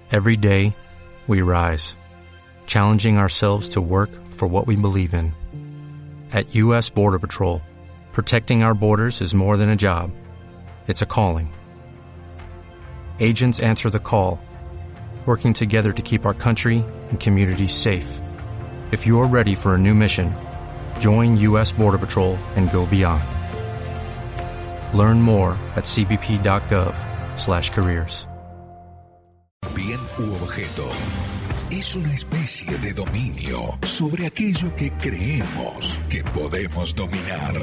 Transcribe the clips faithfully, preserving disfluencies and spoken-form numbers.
Every day, we rise, challenging ourselves to work for what we believe in. At U S Border Patrol, protecting our borders is more than a job. It's a calling. Agents answer the call, working together to keep our country and communities safe. If you are ready for a new mission, join U S Border Patrol and go beyond. Learn more at c b p dot gov slash careers. Bien u objeto es una especie de dominio sobre aquello que creemos que podemos dominar.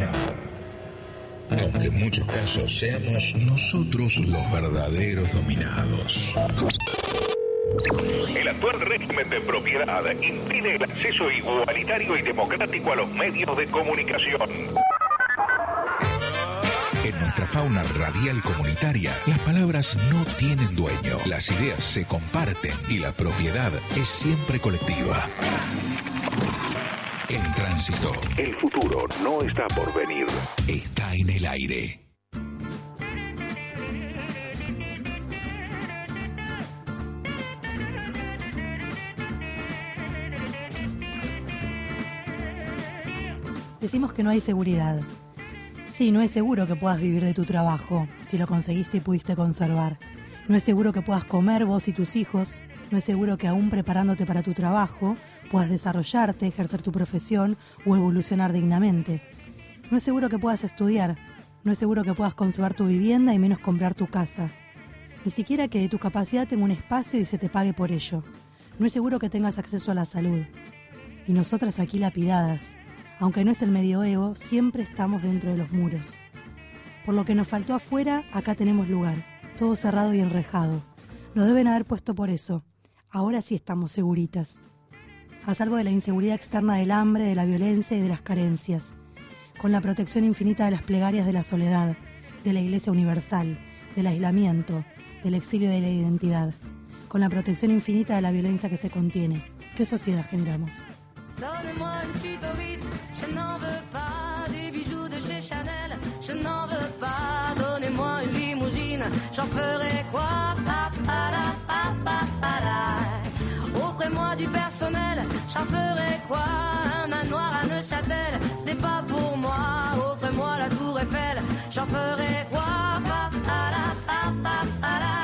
Aunque en muchos casos seamos nosotros los verdaderos dominados. El actual régimen de propiedad impide el acceso igualitario y democrático a los medios de comunicación. En nuestra fauna radial comunitaria, las palabras no tienen dueño, las ideas se comparten y la propiedad es siempre colectiva. En tránsito. El futuro no está por venir. Está en el aire. Decimos que no hay seguridad. Sí, no es seguro que puedas vivir de tu trabajo, si lo conseguiste y pudiste conservar. No es seguro que puedas comer vos y tus hijos. No es seguro que aún preparándote para tu trabajo puedas desarrollarte, ejercer tu profesión o evolucionar dignamente. No es seguro que puedas estudiar. No es seguro que puedas conservar tu vivienda y menos comprar tu casa. Ni siquiera que de tu capacidad tenga un espacio y se te pague por ello. No es seguro que tengas acceso a la salud. Y nosotras aquí lapidadas, aunque no es el medioevo, siempre estamos dentro de los muros. Por lo que nos faltó afuera, acá tenemos lugar, todo cerrado y enrejado. Nos deben haber puesto por eso. Ahora sí estamos seguritas. A salvo de la inseguridad externa del hambre, de la violencia y de las carencias. Con la protección infinita de las plegarias de la soledad, de la Iglesia Universal, del aislamiento, del exilio de la identidad. Con la protección infinita de la violencia que se contiene. ¿Qué sociedad generamos? Donnez-moi une suite au Ritz, je n'en veux pas des bijoux de chez Chanel, je n'en veux pas. Donnez-moi une limousine, j'en ferai quoi? Pa, pa, la, pa, pa, pa, la. Offrez-moi du personnel, j'en ferai quoi? Un manoir à Neuchâtel, ce n'est pas pour moi. Offrez-moi la tour Eiffel, j'en ferai quoi? Pa, pa, la, pa, pa, pa, la.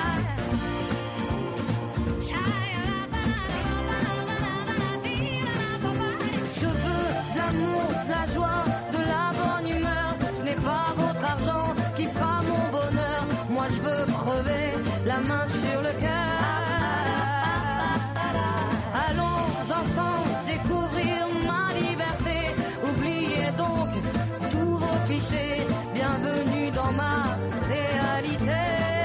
De la joie, de la bonne humeur, ce n'est pas votre argent qui fera mon bonheur. Moi je veux crever la main sur le cœur. Allons ensemble découvrir ma liberté. Oubliez donc tous vos clichés. Bienvenue dans ma réalité.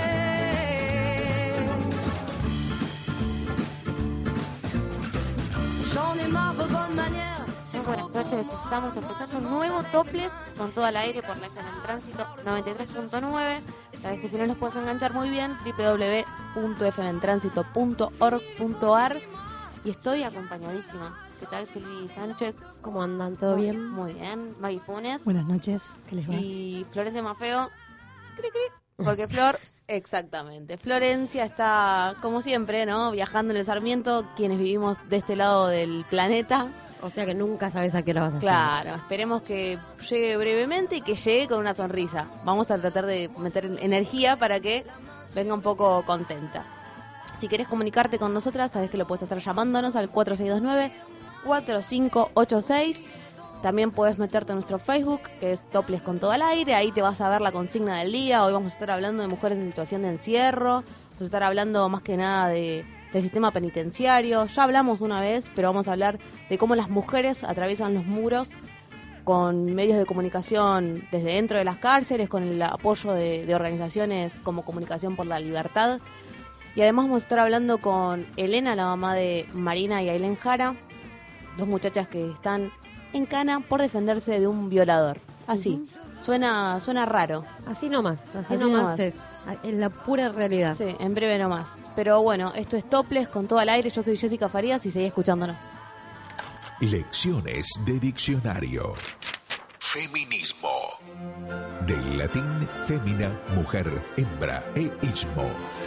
J'en ai marre de bonnes manières. Buenas noches, estamos empezando un nuevo Topless con todo al aire por la F M en Tránsito noventa y tres punto nueve. Sabes que si no los puedes enganchar muy bien, doble u doble u doble u punto f m en tránsito punto org punto a r. Y estoy acompañadísima. ¿Qué tal, Silvi Sánchez? ¿Cómo andan? ¿Todo muy, bien? Muy bien. Maggie Funes. Buenas noches, ¿qué les va? Y Florencia Maffeo. Cri, cri. Porque Flor, exactamente. Florencia está, como siempre, ¿no? Viajando en el Sarmiento, quienes vivimos de este lado del planeta. O sea que nunca sabes a qué hora vas a llegar. Claro, esperemos que llegue brevemente y que llegue con una sonrisa. Vamos a tratar de meter energía para que venga un poco contenta. Si querés comunicarte con nosotras, sabés que lo puedes estar llamándonos al cuatro seis dos nueve, cuatro cinco ocho seis. También puedes meterte en nuestro Facebook, que es Topless con todo al aire. Ahí te vas a ver la consigna del día. Hoy vamos a estar hablando de mujeres en situación de encierro. Vamos a estar hablando más que nada de... del sistema penitenciario. Ya hablamos una vez, pero vamos a hablar de cómo las mujeres atraviesan los muros con medios de comunicación desde dentro de las cárceles, con el apoyo de, de organizaciones como Comunicación por la Libertad. Y además vamos a estar hablando con Elena, la mamá de Marina y Ailén Jara, dos muchachas que están en cana por defenderse de un violador. Así, uh-huh. suena suena raro. Así nomás, así, así nomás, nomás es. Es la pura realidad. Sí, en breve nomás. Pero bueno, esto es Topless con todo al aire. Yo soy Jessica Farías y seguí escuchándonos. Lecciones de diccionario. Feminismo. Del latín femina, mujer, hembra e ismo.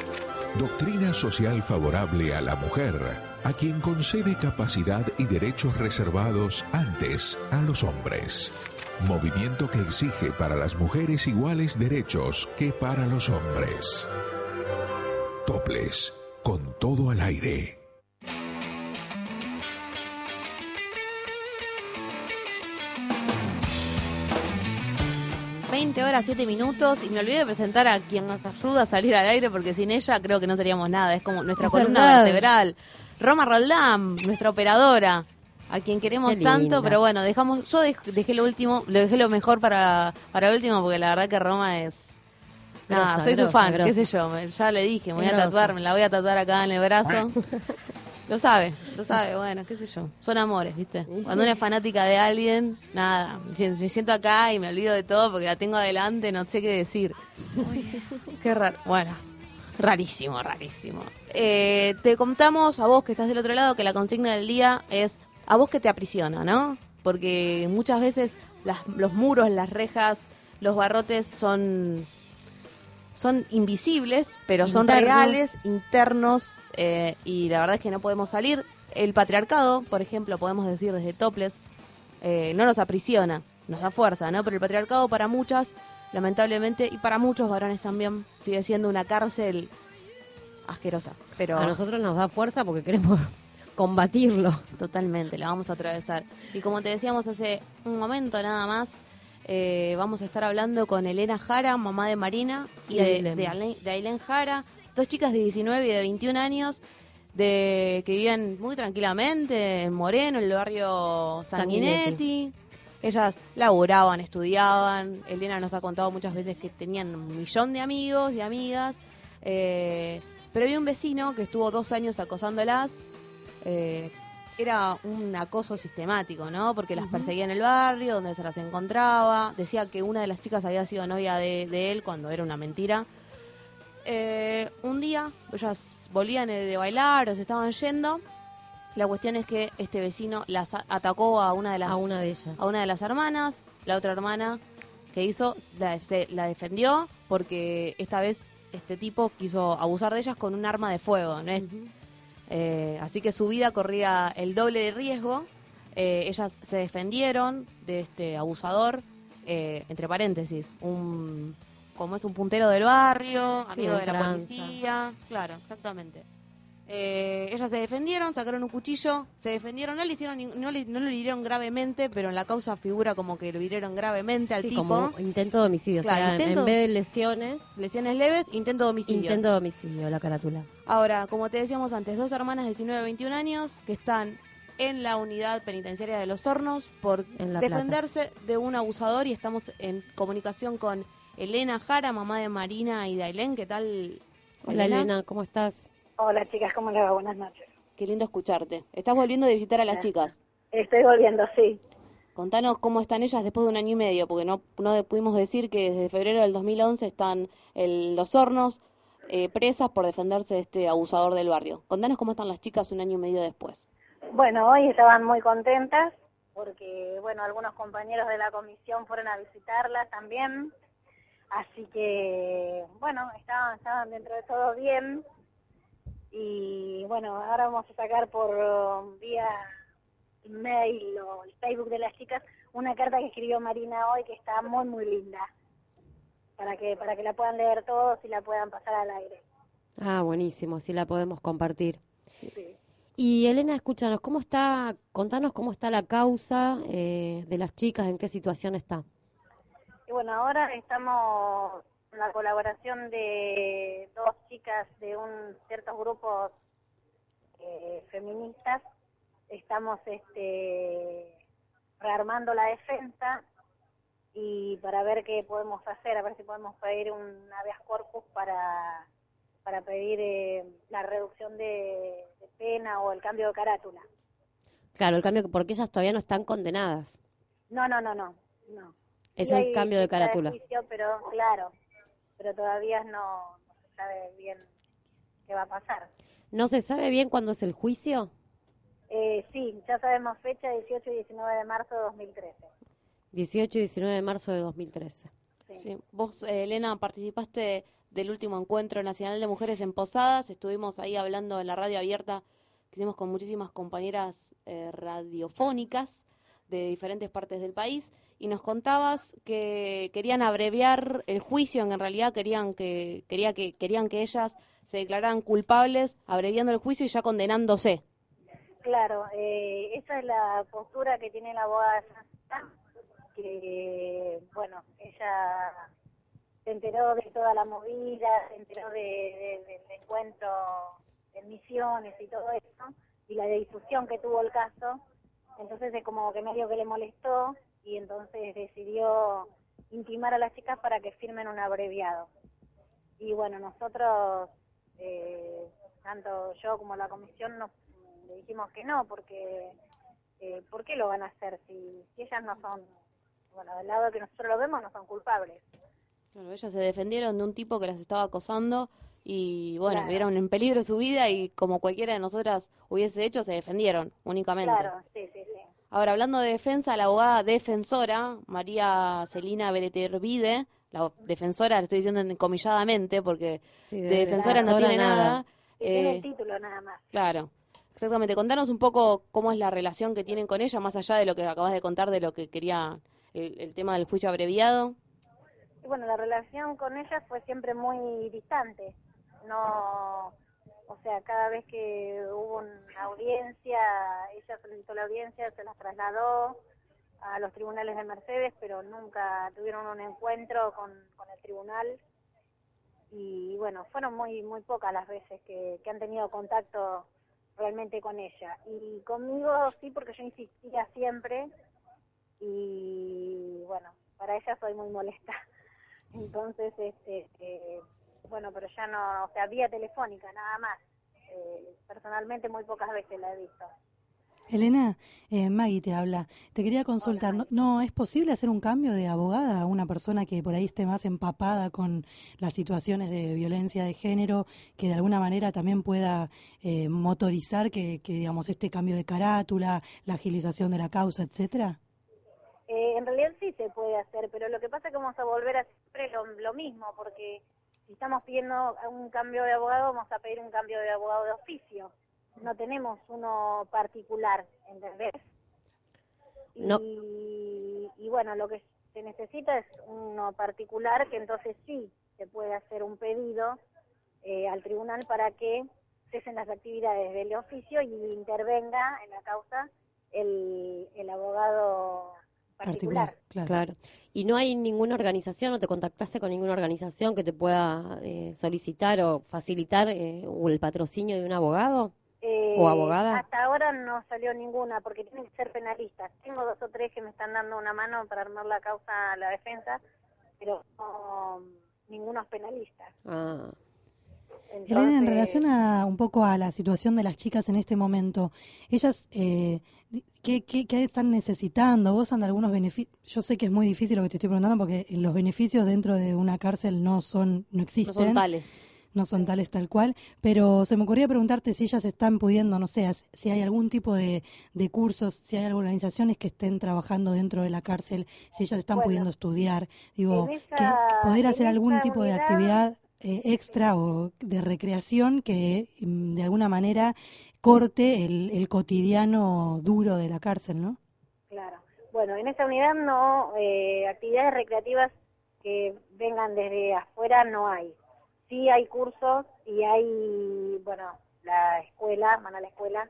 Doctrina social favorable a la mujer, a quien concede capacidad y derechos reservados antes a los hombres. Movimiento que exige para las mujeres iguales derechos que para los hombres. Toples, con todo al aire. veinte horas, siete minutos, y me olvidé de presentar a quien nos ayuda a salir al aire, porque sin ella creo que no seríamos nada. Es como nuestra Es columna verdad. vertebral. Roma Roldán, nuestra operadora, a quien queremos Qué tanto, linda. pero bueno, dejamos, yo dej- dejé lo último, lo dejé lo mejor para, para último, porque la verdad que Roma es... Nada, Grosa, soy su grosa, fan, grosa. qué sé yo, me- ya le dije, me voy a Grosa. tatuar, me la voy a tatuar acá en el brazo. Lo sabe, lo sabe, bueno, qué sé yo. Son amores, ¿viste? Sí, Cuando sí. una es fanática de alguien, nada, me sien- me siento acá y me olvido de todo porque la tengo adelante, no sé qué decir. Qué raro. Bueno, rarísimo, rarísimo. Eh, te contamos a vos que estás del otro lado que la consigna del día es a vos que te aprisiona, ¿no? Porque muchas veces las- los muros, las rejas, los barrotes son... son invisibles, pero son Internos. reales, internos, eh, y la verdad es que no podemos salir. El patriarcado, por ejemplo, podemos decir desde Toples, eh, no nos aprisiona, nos da fuerza, ¿no? Pero el patriarcado para muchas, lamentablemente, y para muchos varones también, sigue siendo una cárcel asquerosa. Pero A nosotros nos da fuerza porque queremos combatirlo. totalmente, la vamos a atravesar. Y como te decíamos hace un momento nada más, eh, vamos a estar hablando con Elena Jara, mamá de Marina, y Y de, Ailén. de, Ale- de Ailén Jara, dos chicas de diecinueve y de veintiún años, de que vivían muy tranquilamente en Moreno, en el barrio Sanguinetti. Ellas laburaban, estudiaban. Elena nos ha contado muchas veces que tenían un millón de amigos y amigas. eh, pero había un vecino que estuvo dos años acosándolas. eh, Era un acoso sistemático, ¿no? Porque las perseguía en el barrio, donde se las encontraba. Decía que una de las chicas había sido novia de, de él cuando era una mentira. Eh, un día, ellas volvían de bailar o se estaban yendo. La cuestión es que este vecino las a- atacó a una de las A una de ellas. a una de las hermanas. La otra hermana que hizo la, se- la defendió porque esta vez este tipo quiso abusar de ellas con un arma de fuego, ¿no es? Eh, así que su vida corría el doble de riesgo. Eh, ellas se defendieron de este abusador, eh, entre paréntesis, un como es un puntero del barrio, Sí, amigo un de la tranza. policía, claro, exactamente. Eh, ellas se defendieron, sacaron un cuchillo, se defendieron, no le hicieron, ni- no le, no lo hirieron gravemente, pero en la causa figura como que lo hirieron gravemente al Sí, tipo. como intento de homicidio. Claro, o sea, intento- en vez de lesiones, Lesiones leves, intento de homicidio. intento de homicidio, la carátula. Ahora, como te decíamos antes, dos hermanas de diecinueve y veintiún años que están en la unidad penitenciaria de Los Hornos por En La defenderse de un abusador, y estamos en comunicación con Elena Jara, mamá de Marina y de Ailén. ¿Qué tal, Hola Elena, ¿cómo estás? Hola chicas, ¿cómo les va? Buenas noches. Qué lindo escucharte. Estás volviendo de visitar a las chicas. Estoy volviendo, sí. Contanos cómo están ellas después de un año y medio, porque no, no pudimos decir que desde febrero del dos mil once están en Los Hornos eh, presas por defenderse de este abusador del barrio. Contanos cómo están las chicas un año y medio después. Bueno, hoy estaban muy contentas porque, bueno, algunos compañeros de la comisión fueron a visitarlas también. Así que, bueno, estaban, estaban dentro de todo bien. Y, bueno, ahora vamos a sacar por um, vía mail o el Facebook de las chicas una carta que escribió Marina hoy que está muy, muy linda. Para que, para que la puedan leer todos y la puedan pasar al aire. Ah, buenísimo, así la podemos compartir. Sí. Y Elena, escúchanos, ¿cómo está, contanos cómo está la causa eh, de las chicas, en qué situación está? Y bueno, ahora estamos con la colaboración de dos chicas de un ciertos grupos eh, feministas. Estamos este, rearmando la defensa y para ver qué podemos hacer, a ver si podemos pedir un habeas corpus para, para pedir eh, la reducción de, de pena o el cambio de carátula. Claro, el cambio, porque ellas todavía no están condenadas. No, no, no, no. no. Es Sí el hay cambio de fecha carátula. juicio, pero claro, pero todavía no, no se sabe bien qué va a pasar. ¿No se sabe bien cuándo es el juicio? Eh, sí, ya sabemos fecha, dieciocho y diecinueve de marzo de dos mil trece. dieciocho y diecinueve de marzo de dos mil trece. Sí. Sí. Vos, eh, Elena, participaste del último Encuentro Nacional de Mujeres en Posadas. Estuvimos ahí hablando en la radio abierta que hicimos con muchísimas compañeras eh, radiofónicas de diferentes partes del país, y nos contabas que querían abreviar el juicio, en realidad querían que quería que querían que ellas se declararan culpables, abreviando el juicio y ya condenándose. Claro, eh, esa es la postura que tiene la abogada Santa, que, bueno, ella se enteró de toda la movida, se enteró de, de, del encuentro en Misiones y todo eso, y la difusión que tuvo el caso. Entonces es como que medio que le molestó, y entonces decidió intimar a las chicas para que firmen un abreviado. Y bueno, nosotros, eh, tanto yo como la comisión, nos le dijimos que no, porque eh, ¿por qué lo van a hacer si, si ellas no son, bueno, del lado que nosotros lo vemos, no son culpables? Bueno, ellas se defendieron de un tipo que las estaba acosando y, bueno, Claro. vieron en peligro su vida y como cualquiera de nosotras hubiese hecho, se defendieron únicamente. Claro, sí, sí, sí. Ahora, hablando de defensa, la abogada defensora, María Celina Beretervide, la defensora, le estoy diciendo entrecomilladamente porque Sí, de defensora no tiene nada. Y tiene eh, el título nada más. Claro, exactamente. Contanos un poco cómo es la relación que tienen con ella, más allá de lo que acabas de contar, de lo que quería el, el tema del juicio abreviado. Y bueno, la relación con ella fue siempre muy distante. No, o sea, cada vez que hubo una audiencia, ella solicitó la audiencia, se la trasladó a los tribunales de Mercedes, pero nunca tuvieron un encuentro con, con el tribunal. Y bueno, fueron muy muy pocas las veces que, que han tenido contacto realmente con ella. Y conmigo sí, porque yo insistía siempre, y bueno, para ella soy muy molesta. Entonces, este, eh, bueno, pero ya no, o sea, vía telefónica nada más. Eh, personalmente muy pocas veces la he visto. Elena, eh, Maggie te habla. Te quería consultar, ¿no, ¿no es posible hacer un cambio de abogada a una persona que por ahí esté más empapada con las situaciones de violencia de género, que de alguna manera también pueda eh, motorizar que, que, digamos, este cambio de carátula, la agilización de la causa, etcétera? Eh, en realidad sí se puede hacer, pero lo que pasa es que vamos a volver a siempre lo, lo mismo, porque si estamos pidiendo un cambio de abogado, vamos a pedir un cambio de abogado de oficio. No tenemos uno particular, ¿entendés? No. Y, y bueno, lo que se necesita es uno particular, que entonces sí se puede hacer un pedido eh, al tribunal para que cesen las actividades del oficio y intervenga en la causa el, el abogado particular. Claro. Claro. ¿Y no hay ninguna organización, o te contactaste con ninguna organización que te pueda eh, solicitar o facilitar eh, el patrocinio de un abogado? Eh, ¿O abogada? Hasta ahora no salió ninguna, porque tienen que ser penalistas. Tengo dos o tres que me están dando una mano para armar la causa a la defensa, pero no, ninguno es penalista. Ah. Entonces, Elena, en relación a un poco a la situación de las chicas en este momento, ellas, eh, ¿qué, qué, qué están necesitando? ¿Gozan de algunos beneficios? Yo sé que es muy difícil lo que te estoy preguntando porque los beneficios dentro de una cárcel no son, no existen. No son tales. No son tales tal cual, pero se me ocurría preguntarte si ellas están pudiendo, no sé, si hay algún tipo de, de cursos, si hay organizaciones que estén trabajando dentro de la cárcel, si ellas están Bueno, pudiendo estudiar, digo, en esa- que poder en hacer algún esa tipo de unidad- actividad eh, extra o de recreación que mm, de alguna manera corte el, el cotidiano duro de la cárcel, ¿no? Claro. Bueno, en esa unidad no, eh, actividades recreativas que vengan desde afuera no hay. Sí hay cursos y hay, bueno, la escuela, van a la escuela,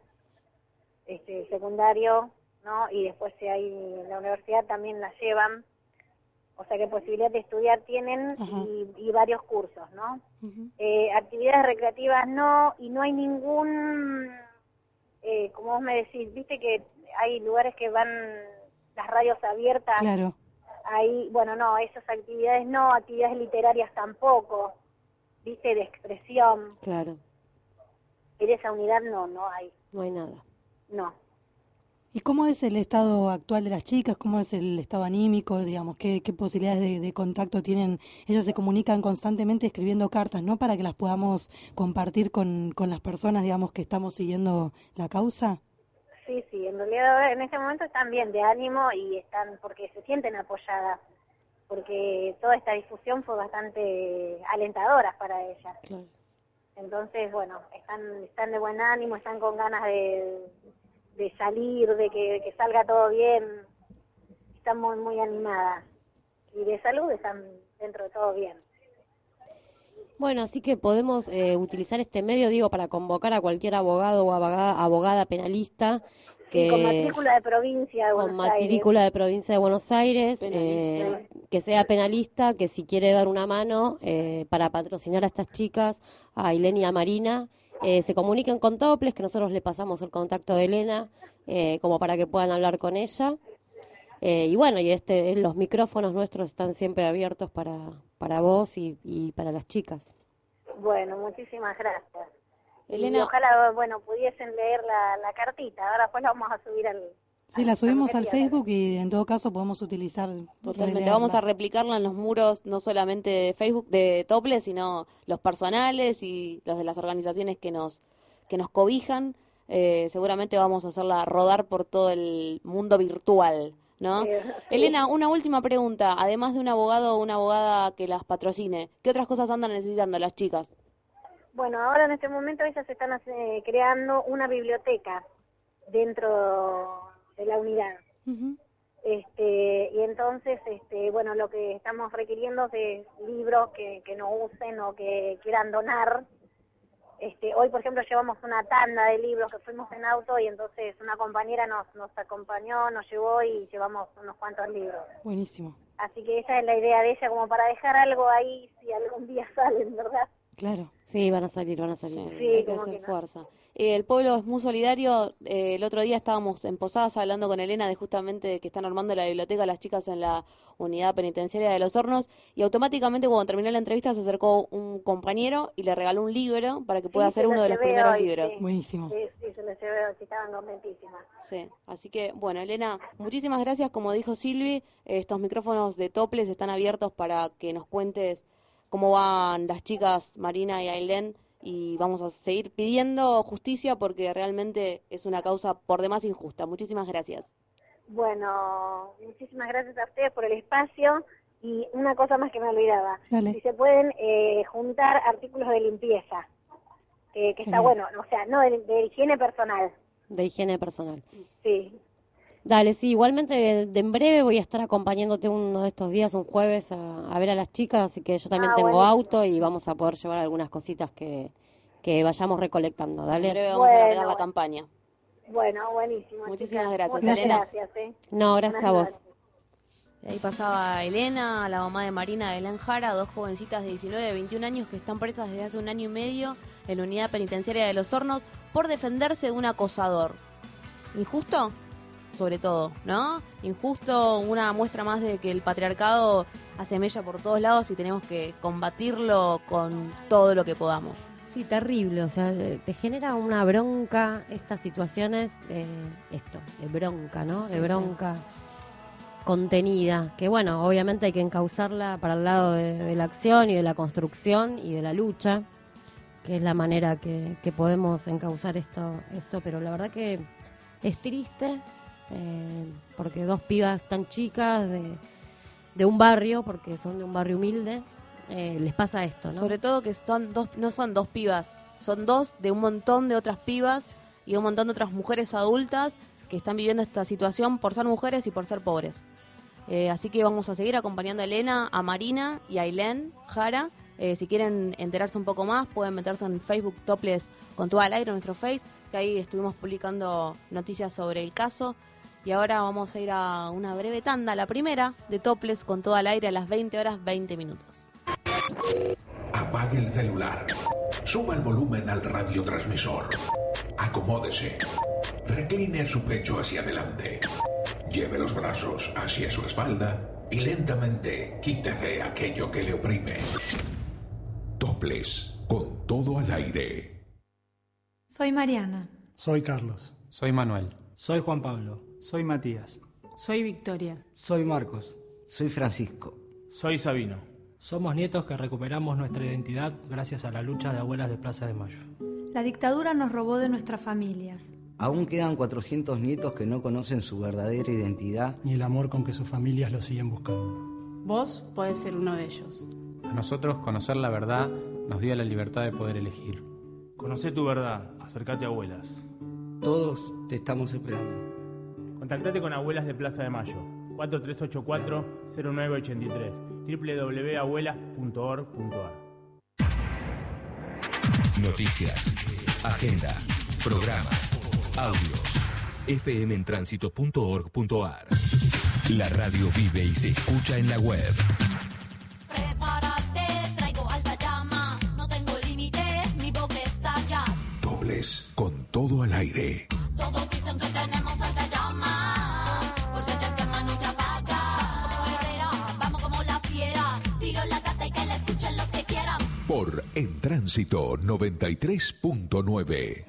este, secundario, ¿no? Y después si hay la universidad también la llevan, o sea que posibilidad de estudiar tienen y, y varios cursos, ¿no? Uh-huh. Eh, actividades recreativas no, y no hay ningún, eh, como vos me decís, viste que hay lugares que van las radios abiertas. Claro. Ahí, bueno, no, esas actividades no, actividades literarias tampoco, viste, de expresión. Claro, En esa unidad no, no hay, no hay nada. no. ¿Y cómo es el estado actual de las chicas? ¿Cómo es el estado anímico? Digamos, ¿qué, qué posibilidades de, de contacto tienen? Ellas se comunican constantemente escribiendo cartas, ¿no? Para que las podamos compartir con, con las personas, digamos, que estamos siguiendo la causa. Sí, sí, en realidad ahora en este momento están bien de ánimo y están, porque se sienten apoyadas. porque toda esta discusión fue bastante alentadora para ella. Claro. Entonces, bueno, están están de buen ánimo, están con ganas de, de salir, de que, de que salga todo bien, están muy, muy animadas. Y de salud están dentro de todo bien. Bueno, así que podemos eh, utilizar este medio, digo, para convocar a cualquier abogado o abogada, abogada penalista que Sí, con matrícula de provincia de con Buenos matrícula de provincia de Buenos Aires, Penalista. eh, que sea penalista, que si quiere dar una mano eh, para patrocinar a estas chicas, a Ailén y a Marina, eh, se comuniquen con Toples, que nosotros le pasamos el contacto de Elena, eh, como para que puedan hablar con ella. Eh, y bueno, y este, los micrófonos nuestros están siempre abiertos para, para vos y, y para las chicas. Bueno, muchísimas gracias. Elena- Y ojalá, bueno, pudiesen leer la, la cartita. Ahora después la vamos a subir al... Sí, al- la subimos al al Facebook y en todo caso podemos utilizar. Totalmente, releerla. vamos a replicarla en los muros, no solamente de Facebook, de Toples, sino los personales y los de las organizaciones que nos, que nos cobijan. Eh, seguramente vamos a hacerla rodar por todo el mundo virtual, ¿no? Sí. Elena, una última pregunta. Además de un abogado o una abogada que las patrocine, ¿qué otras cosas andan necesitando las chicas? Bueno, ahora en este momento ellas están hace- creando una biblioteca dentro de la unidad. Ujú. Este, y entonces, este, bueno, lo que estamos requiriendo es libros que, que no usen o que quieran donar. Este, hoy, por ejemplo, llevamos una tanda de libros que fuimos en auto y entonces una compañera nos, nos acompañó, nos llevó y llevamos unos cuantos libros. Buenísimo, Así que esa es la idea de ella, como para dejar algo ahí si algún día salen, ¿verdad? claro. Sí, van a salir, van a salir. Sí, Sí, hay que como hacer que no. fuerza. Eh, el pueblo es muy solidario. Eh, el otro día estábamos en Posadas hablando con Elena de justamente de que están armando la biblioteca las chicas en la unidad penitenciaria de Los Hornos y automáticamente cuando terminó la entrevista se acercó un compañero y le regaló un libro para que pueda Sí, hacer se lo uno de los llevé primeros hoy, libros. sí. Buenísimo. Sí, sí, se lo llevé hoy, sí, estaban contentísimas. Sí, así que, bueno, Elena, muchísimas gracias. Como dijo Silvi, eh, estos micrófonos de Toples están abiertos para que nos cuentes cómo van las chicas Marina y Ailén y vamos a seguir pidiendo justicia porque realmente es una causa por demás injusta. Muchísimas gracias. Bueno, muchísimas gracias a ustedes por el espacio y una cosa más que me olvidaba. Dale. Si se pueden eh, juntar artículos de limpieza, que, que está Genial. bueno, o sea, no de, de higiene personal, De higiene personal. sí. Dale, sí, igualmente de, de en breve voy a estar acompañándote uno de estos días, un jueves, a, a ver a las chicas, así que yo también Ah, tengo buenísimo. auto y vamos a poder llevar algunas cositas que, que vayamos recolectando, En dale. breve vamos Bueno, a largar la bueno. campaña. Bueno, buenísimo. Muchísimas chicas. gracias, Muchas Elena. gracias, ¿eh? No, gracias a Buenas vos. noches. Ahí pasaba Elena, la mamá de Marina de Elén Jara, dos jovencitas de diecinueve y veintiún años que están presas desde hace un año y medio en la unidad penitenciaria de Los Hornos por defenderse de un acosador. ¿Injusto? Sobre todo, ¿no? Injusto, una muestra más de que el patriarcado hace mella por todos lados y tenemos que combatirlo con todo lo que podamos. Sí, terrible, o sea, eh, te genera una bronca estas situaciones, eh, esto, de bronca, ¿no? De Sí, bronca contenida, que bueno, obviamente hay que encauzarla para el lado de, de la acción y de la construcción y de la lucha, que es la manera que, que podemos encauzar esto, esto, pero la verdad que es triste, eh, porque dos pibas tan chicas de, de un barrio, porque son de un barrio humilde, eh, les pasa esto, ¿no? Sobre todo que son dos, no son dos pibas, son dos de un montón de otras pibas y un montón de otras mujeres adultas que están viviendo esta situación por ser mujeres y por ser pobres. Eh, así que vamos a seguir acompañando a Elena, a Marina y a Ailén Jara. Eh, si quieren enterarse un poco más, pueden meterse en Facebook Toples con todo al aire, nuestro Face, que ahí estuvimos publicando noticias sobre el caso. Y ahora vamos a ir a una breve tanda, la primera de Toples con todo al aire a las veinte horas veinte minutos. Apague el celular. Suba el volumen al radiotransmisor. Acomódese. Recline su pecho hacia adelante. Lleve los brazos hacia su espalda y lentamente quítese aquello que le oprime. Toples con todo al aire. Soy Mariana. Soy Carlos. Soy Manuel. Soy Juan Pablo. Soy Matías. Soy Victoria. Soy Marcos. Soy Francisco. Soy Sabino. Somos nietos que recuperamos nuestra identidad gracias a la lucha de abuelas de Plaza de Mayo. La dictadura nos robó de nuestras familias. Aún quedan cuatrocientos nietos que no conocen su verdadera identidad Ni el amor con que sus familias lo siguen buscando. Vos podés ser uno de ellos. A nosotros conocer la verdad nos dio la libertad de poder elegir. Conocé tu verdad, acércate a Abuelas. Todos te estamos esperando. Contactate con Abuelas de Plaza de Mayo, cuatro tres ocho cuatro, cero nueve ocho tres, doble u doble u doble u punto abuelas punto org punto a r. Noticias, agenda, programas, audios. f m en tránsito punto org punto a r. La radio vive y se escucha en la web. Prepárate, traigo alta llama. No tengo límite, mi boca está ya. Dobles con todo al aire. Todos dicen que tenemos alta llama. Por si se quema no se apaga. Guerrera, vamos como la fiera. Tiro la gata y que la escuchen los que quieran. Por En Tránsito noventa y tres punto nueve.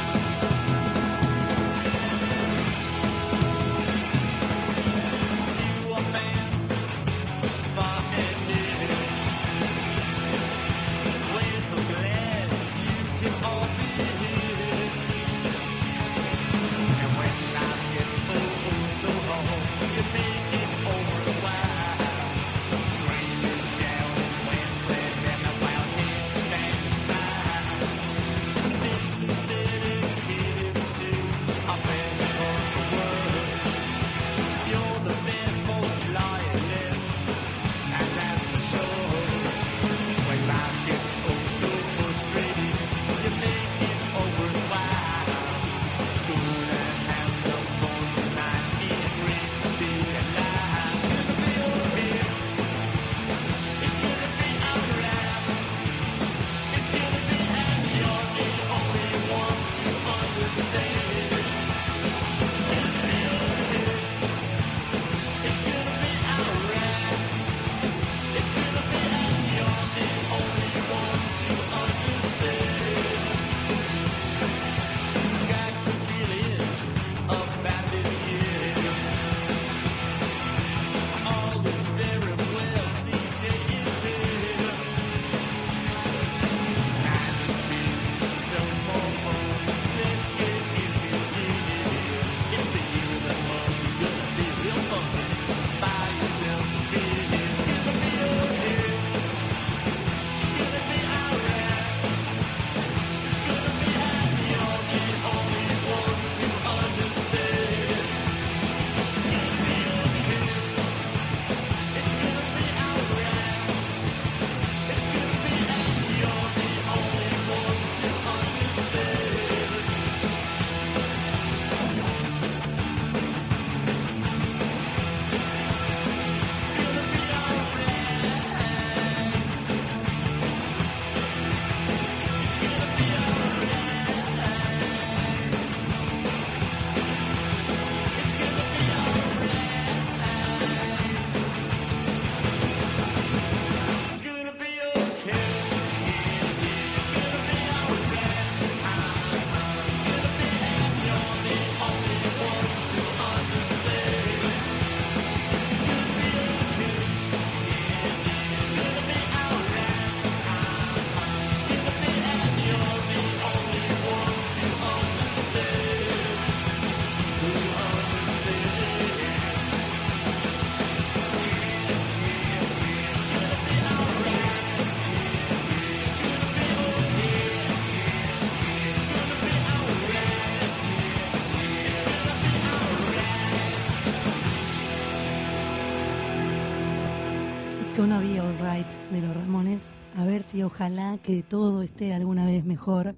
Gonna Be Alright de los Ramones. A ver si ojalá que todo esté alguna vez mejor,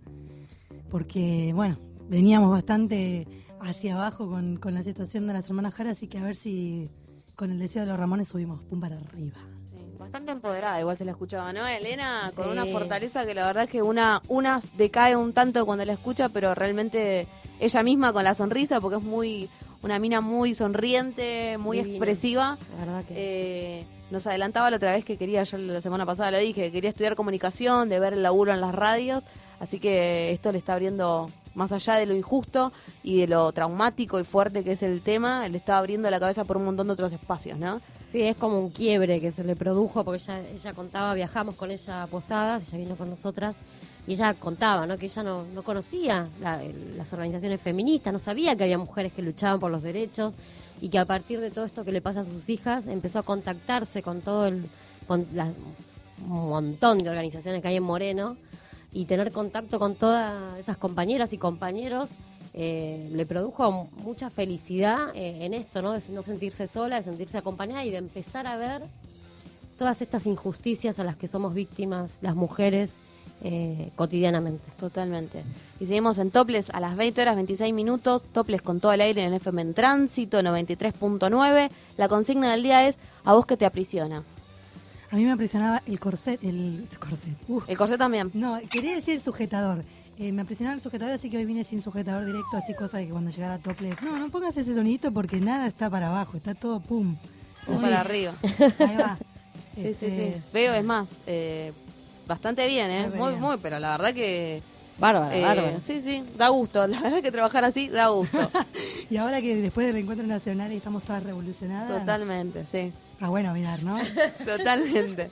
porque bueno, veníamos bastante hacia abajo con, con la situación de las hermanas Jara, así que a ver si con el deseo de los Ramones subimos pum para arriba. Sí, bastante empoderada, igual se la escuchaba, ¿no? Elena, con Sí. una fortaleza que la verdad es que una, una decae un tanto cuando la escucha, pero realmente ella misma con la sonrisa, porque es muy una mina muy sonriente, muy Divina. expresiva. La verdad que... Eh, nos adelantaba la otra vez que quería, yo la semana pasada lo dije, que quería estudiar comunicación, de ver el laburo en las radios, así que esto le está abriendo, más allá de lo injusto y de lo traumático y fuerte que es el tema, le está abriendo la cabeza por un montón de otros espacios, ¿no? Sí, es como un quiebre que se le produjo, porque ella, ella contaba, viajamos con ella a Posadas, ella vino con nosotras, Y ella contaba, ¿no? Que ella no, no conocía la- el- las organizaciones feministas, no sabía que había mujeres que luchaban por los derechos y que a partir de todo esto que le pasa a sus hijas empezó a contactarse con todo el con la- un montón de organizaciones que hay en Moreno y tener contacto con todas esas compañeras y compañeros eh, le produjo mucha felicidad eh, en esto, ¿no? De no sentirse sola, de sentirse acompañada y de empezar a ver todas estas injusticias a las que somos víctimas las mujeres eh, cotidianamente. Totalmente. Y seguimos en Toples a las veinte horas veintiséis minutos, Toples con todo el aire en el F M en Tránsito, noventa y tres punto nueve. La consigna del día es ¿a vos que te aprisiona? A mí me aprisionaba el corset, el corset. Uh. ¿El corset también? No, quería decir el sujetador. Eh, me aprisionaba el sujetador, así que hoy vine sin sujetador directo, así cosa de que cuando llegara a Toples, no, no pongas ese sonidito porque nada está para abajo, está todo pum. O para arriba. Ahí va. Sí, Este, sí, sí. Veo, es más, eh, bastante bien, ¿eh? Muy Muy, bien. muy, pero la verdad que... Bárbara, eh, bárbara. Sí, sí, da gusto. La verdad que trabajar así da gusto. Y ahora que después del encuentro nacional estamos todas revolucionadas. Totalmente, sí. Está bueno mirar, ¿no? Totalmente.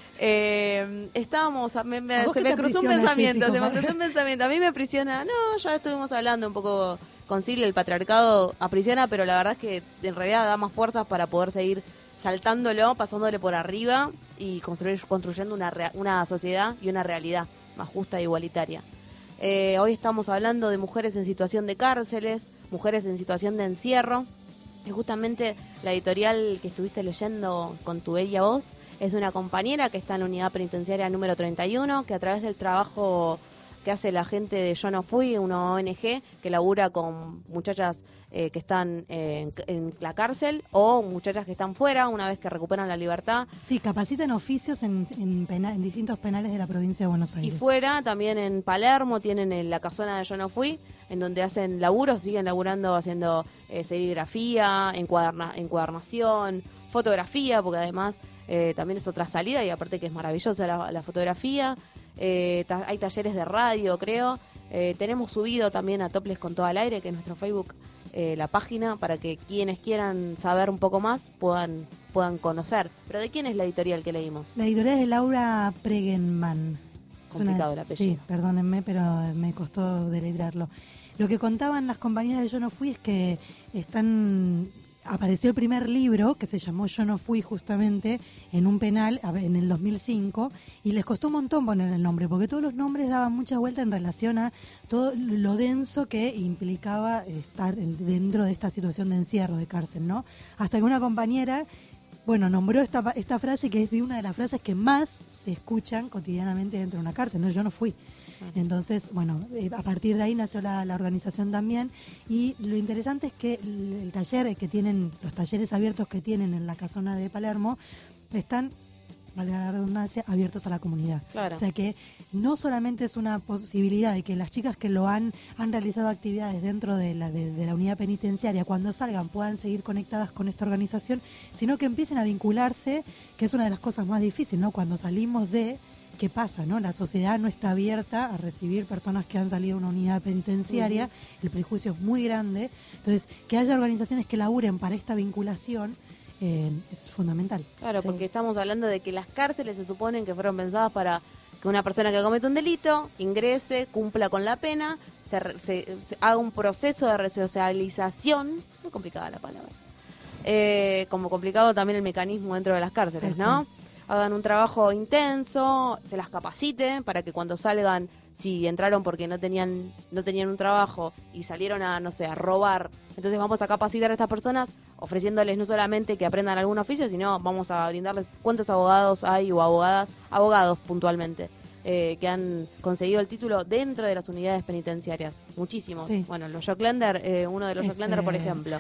Eh, estábamos, a- me- me- ¿A vos se qué me te cruzó un aprisiona, pensamiento, Jessy, se me compadre? cruzó un pensamiento. A mí me aprisiona, no, ya estuvimos hablando un poco con Silvia, el patriarcado aprisiona, pero la verdad es que en realidad da más fuerzas para poder seguir saltándolo, pasándole por arriba y construir, construyendo una, rea- una sociedad y una realidad más justa e igualitaria. Eh, hoy estamos hablando de mujeres en situación de cárceles, mujeres en situación de encierro. Y justamente la editorial que estuviste leyendo con tu bella voz es de una compañera que está en la unidad penitenciaria número treinta y uno, que a través del trabajo que hace la gente de Yo No Fui, una O N G que labura con muchachas eh, que están eh, en, en la cárcel o muchachas que están fuera una vez que recuperan la libertad. Sí, capacitan oficios en, en, pena- en distintos penales de la provincia de Buenos Y Aires. fuera, también en Palermo, tienen en la casona de Yo No Fui, en donde hacen laburos, siguen laburando haciendo eh, serigrafía, encuaderna, encuadernación, fotografía, porque además eh, también es otra salida y aparte que es maravillosa la, la fotografía. Eh, ta- hay talleres de radio, creo. Eh, tenemos subido también a Toples con todo al aire, que es nuestro Facebook, eh, la página, para que quienes quieran saber un poco más puedan, puedan conocer. Pero ¿de quién es la editorial que leímos? La editorial es de Laura Pregenman. Es una- Complicado el apellido. Sí, perdónenme, pero me costó deletrarlo. Lo que contaban las compañeras de Yo No Fui es que están apareció el primer libro que se llamó Yo No Fui justamente en un penal a ver, en el dos mil cinco y les costó un montón poner el nombre porque todos los nombres daban mucha vuelta en relación a todo lo denso que implicaba estar en- dentro de esta situación de encierro, de cárcel, ¿no? Hasta que una compañera bueno, nombró esta, pa- esta frase que es de una de las frases que más se escuchan cotidianamente dentro de una cárcel, ¿no? Yo no fui. Entonces, bueno, eh, a partir de ahí nació la, la organización también y lo interesante es que el, el taller que tienen, los talleres abiertos que tienen en la casona de Palermo están, valga la redundancia, abiertos a la comunidad. Claro. O sea que no solamente es una posibilidad de que las chicas que lo han, han realizado actividades dentro de la, de, de la unidad penitenciaria, cuando salgan puedan seguir conectadas con esta organización, sino que empiecen a vincularse, que es una de las cosas más difíciles, ¿no? Cuando salimos de... ¿Qué pasa, no? La sociedad no está abierta a recibir personas que han salido de una unidad penitenciaria, Ujú. el prejuicio es muy grande, entonces que haya organizaciones que laburen para esta vinculación eh, es fundamental. Claro, porque estamos hablando de que las cárceles se suponen que fueron pensadas para que una persona que comete un delito ingrese, cumpla con la pena, se, re- se- se haga un proceso de resocialización, muy complicada la palabra, eh, como complicado también el mecanismo dentro de las cárceles, ¿no? Hagan un trabajo intenso, se las capaciten para que cuando salgan, si entraron porque no tenían no tenían un trabajo y salieron a, no sé, a robar, entonces vamos a capacitar a estas personas ofreciéndoles no solamente que aprendan algún oficio, sino vamos a brindarles cuántos abogados hay o abogadas, abogados puntualmente, eh, que han conseguido el título dentro de las unidades penitenciarias. Muchísimos. Sí. Bueno, los Jocklander, eh, uno de los Este- Jocklander, por ejemplo.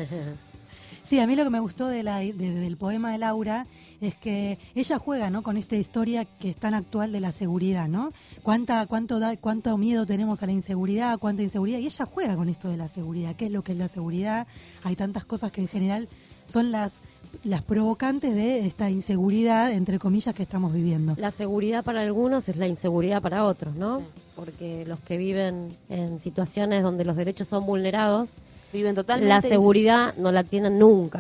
Sí, a mí lo que me gustó de la, de- del poema de Laura es que ella juega, ¿no? Con esta historia que es tan actual de la seguridad, ¿no? Cuánta, cuánto da, cuánto miedo tenemos a la inseguridad, cuánta inseguridad, y ella juega con esto de la seguridad. ¿Qué es lo que es la seguridad? Hay tantas cosas que en general son las las provocantes de esta inseguridad, entre comillas, que estamos viviendo. La seguridad para algunos es la inseguridad para otros, ¿no? Porque los que viven en situaciones donde los derechos son vulnerados, Viven totalmente la ins- seguridad no la tienen nunca. No.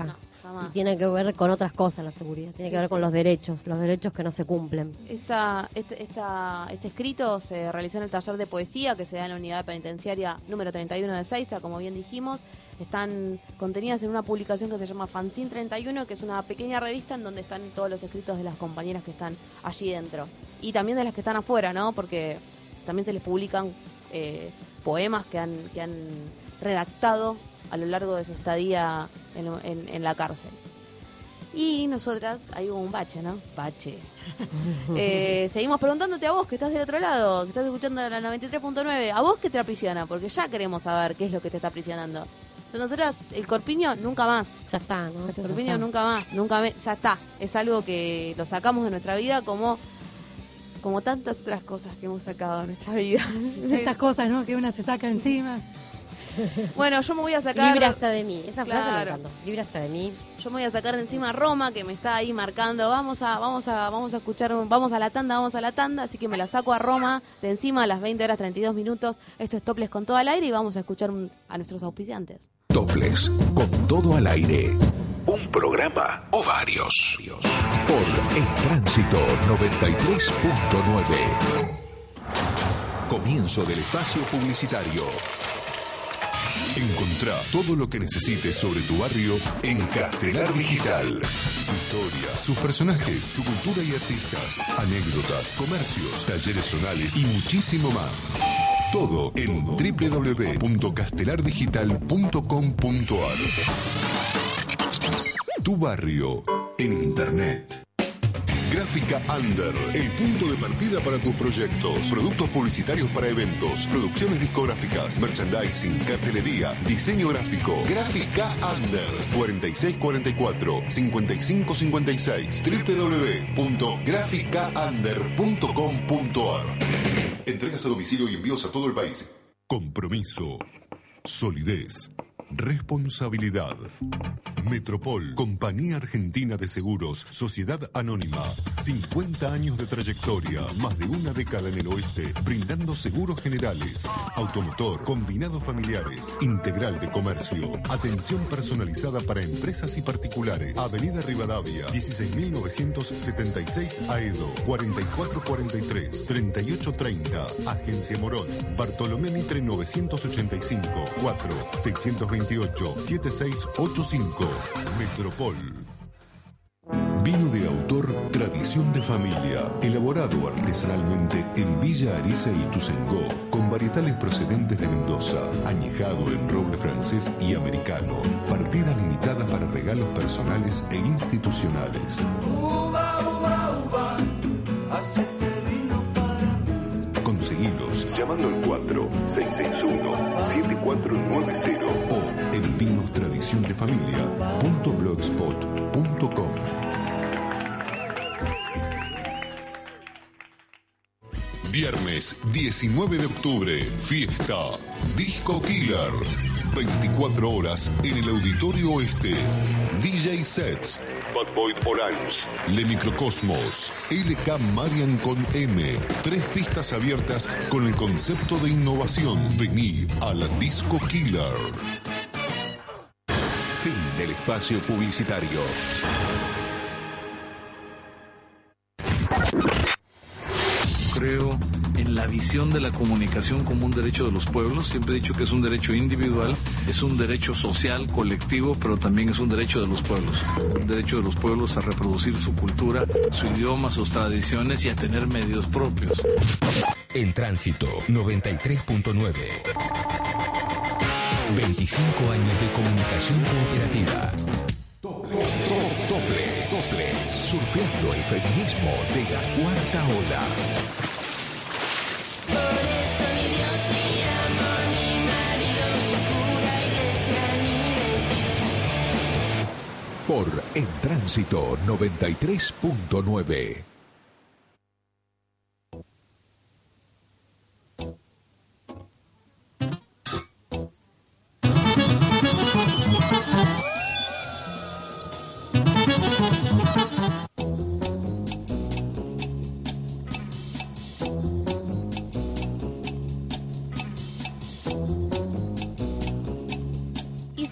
Jamás. Y tiene que ver con otras cosas la seguridad, tiene que ver con los derechos, los derechos que no se cumplen. Esta, este, esta, este escrito se realizó en el taller de poesía que se da en la unidad penitenciaria número treinta y uno de Ezeiza, como bien dijimos. Están contenidas en una publicación que se llama Fanzine treinta y uno, que es una pequeña revista en donde están todos los escritos de las compañeras que están allí dentro. Y también de las que están afuera, ¿no? Porque también se les publican eh, poemas que han, que han redactado a lo largo de su estadía en, en, en la cárcel. Y nosotras, ahí hubo un bache, ¿no? Bache. eh, seguimos preguntándote a vos, que estás del otro lado, que estás escuchando la noventa y tres punto nueve. ¿A vos qué te aprisiona? Porque ya queremos saber qué es lo que te está aprisionando. O sea, nosotras, el corpiño, nunca más. Ya está, ¿no? El Eso corpiño ya está. nunca más, nunca me, ya está. Es algo que lo sacamos de nuestra vida como... como tantas otras cosas que hemos sacado de nuestra vida. Estas cosas, ¿no? Que una se saca encima. Bueno, yo me voy a sacar... Libre hasta de mí, esa frase me Claro. encantó. Libre hasta de mí. Yo me voy a sacar de encima a Roma, que me está ahí marcando. Vamos a, vamos a, vamos a escuchar, vamos a la tanda, vamos a la tanda. Así que me la saco a Roma de encima a las veinte horas treinta y dos minutos. Esto es Topless con todo al aire y vamos a escuchar un- a nuestros auspiciantes. Topless, con todo al aire. Un programa o varios. Por En Tránsito noventa y tres punto nueve. Comienzo del espacio publicitario. Encontrá todo lo que necesites sobre tu barrio en Castelar Digital. Su historia, sus personajes, su cultura y artistas, anécdotas, comercios, talleres zonales y muchísimo más. Todo en doble u doble u doble u punto castelar digital punto com punto a r. Tu barrio en Internet. Gráfica Under, el punto de partida para tus proyectos, productos publicitarios para eventos, producciones discográficas, merchandising, cartelería, diseño gráfico. Gráfica Under, cuarenta y seis cuarenta y cuatro, cincuenta y cinco cincuenta y seis, doble u doble u doble u punto gráfica under punto com punto a r. Entregas a domicilio y envíos a todo el país. Compromiso, solidez, responsabilidad. Metropol, Compañía Argentina de Seguros, Sociedad Anónima. cincuenta años de trayectoria, más de una década en el oeste, brindando seguros generales, automotor, combinados familiares, integral de comercio, atención personalizada para empresas y particulares. Avenida Rivadavia, dieciséis mil novecientos setenta y seis Aedo, cuarenta y cuatro cuarenta y tres, treinta y ocho treinta. Agencia Morón, Bartolomé Mitre novecientos ochenta y cinco, cuatro seiscientos veintiocho, setenta y seis ochenta y cinco. Metropol. Vino de autor Tradición de Familia, elaborado artesanalmente en Villa Ariza y Ituzaingó, con varietales procedentes de Mendoza, añejado en roble francés y americano, partida limitada para regalos personales e institucionales. Conseguilos llamando al cuatro seis seis uno, siete cuatro nueve cero o en vinos tradición de familia punto blogspot punto com. Viernes diecinueve de octubre, fiesta Disco Killer. veinticuatro horas en el Auditorio Oeste. D J sets. Bad Boy Orange, Le Microcosmos, L K Marian con M. Tres pistas abiertas con el concepto de innovación. Vení a la Disco Killer. Fin del espacio publicitario. Creo en la visión de la comunicación como un derecho de los pueblos. Siempre he dicho que es un derecho individual, es un derecho social, colectivo, pero también es un derecho de los pueblos. Un derecho de los pueblos a reproducir su cultura, su idioma, sus tradiciones y a tener medios propios. En Tránsito noventa y tres punto nueve. veinticinco años de comunicación cooperativa. Doble, doble, surfeando el feminismo de la cuarta ola. Por En Tránsito noventa y tres punto nueve.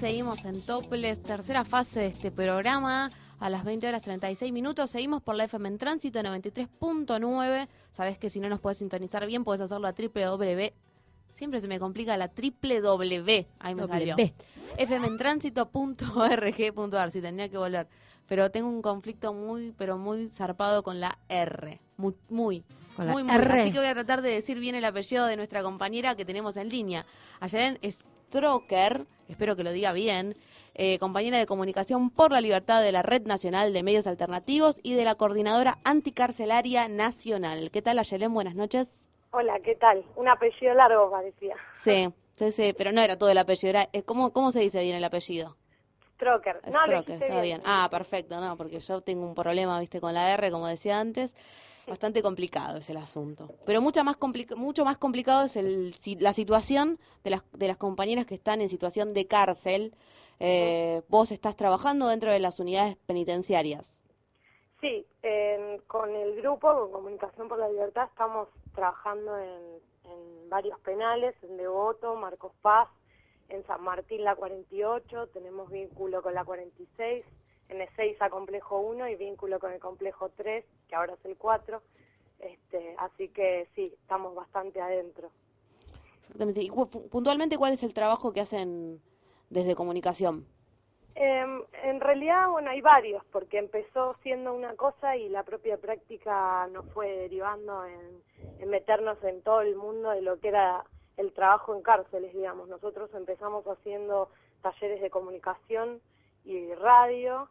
seguimos en Toples, tercera fase de este programa, a las veinte horas treinta y seis minutos. Seguimos por la F M en Tránsito noventa y tres punto nueve. Sabés que si no nos puedes sintonizar bien, puedes hacerlo a doble u doble u doble u. Siempre se me complica la triple W. Ahí me salió. f m en tránsito punto org punto a r. Si tendría que volver. Pero tengo un conflicto muy, pero muy zarpado con la R. Muy, muy. Con la muy, muy. R. Así que voy a tratar de decir bien el apellido de nuestra compañera que tenemos en línea. Ayelen Stroker, espero que lo diga bien, eh, compañera de comunicación por la libertad de la Red Nacional de Medios Alternativos y de la Coordinadora Anticarcelaria Nacional. ¿Qué tal, Ayelen? Buenas noches. Hola, ¿qué tal? Un apellido largo parecía. Sí, sí, sí, pero no era todo el apellido. Era, eh, ¿cómo, ¿Cómo se dice bien el apellido? Stroker. No, Stroker, está bien. bien. Ah, perfecto, no, porque yo tengo un problema, viste, con la R, como decía antes. Bastante complicado es el asunto. Pero mucho más, compli- mucho más complicado es el, si, la situación de las, de las compañeras que están en situación de cárcel. Eh, uh-huh. Vos estás trabajando dentro de las unidades penitenciarias. Sí, eh, con el grupo, con Comunicación por la Libertad, estamos trabajando en, en varios penales, en Devoto, Marcos Paz, en San Martín la cuarenta y ocho, tenemos vínculo con la cuarenta y seis, en Ezeiza Complejo uno y vínculo con el Complejo tres, que ahora es el cuatro, este, así que sí, estamos bastante adentro. Exactamente. Y puntualmente, ¿cuál es el trabajo que hacen desde Comunicación? Eh, en realidad, bueno, hay varios, porque empezó siendo una cosa y la propia práctica nos fue derivando en, en meternos en todo el mundo de lo que era el trabajo en cárceles, digamos. Nosotros empezamos haciendo talleres de comunicación y radio,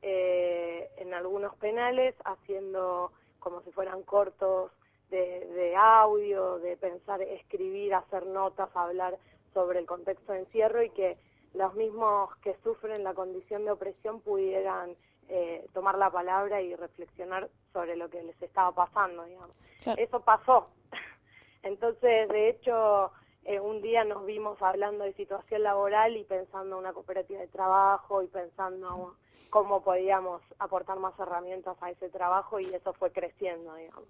eh, en algunos penales, haciendo como si fueran cortos de, de audio, de pensar, escribir, hacer notas, hablar sobre el contexto de encierro y que los mismos que sufren la condición de opresión pudieran eh, tomar la palabra y reflexionar sobre lo que les estaba pasando, digamos. Claro. Eso pasó. Entonces, de hecho, eh, un día nos vimos hablando de situación laboral y pensando en una cooperativa de trabajo y pensando cómo podíamos aportar más herramientas a ese trabajo y eso fue creciendo, digamos.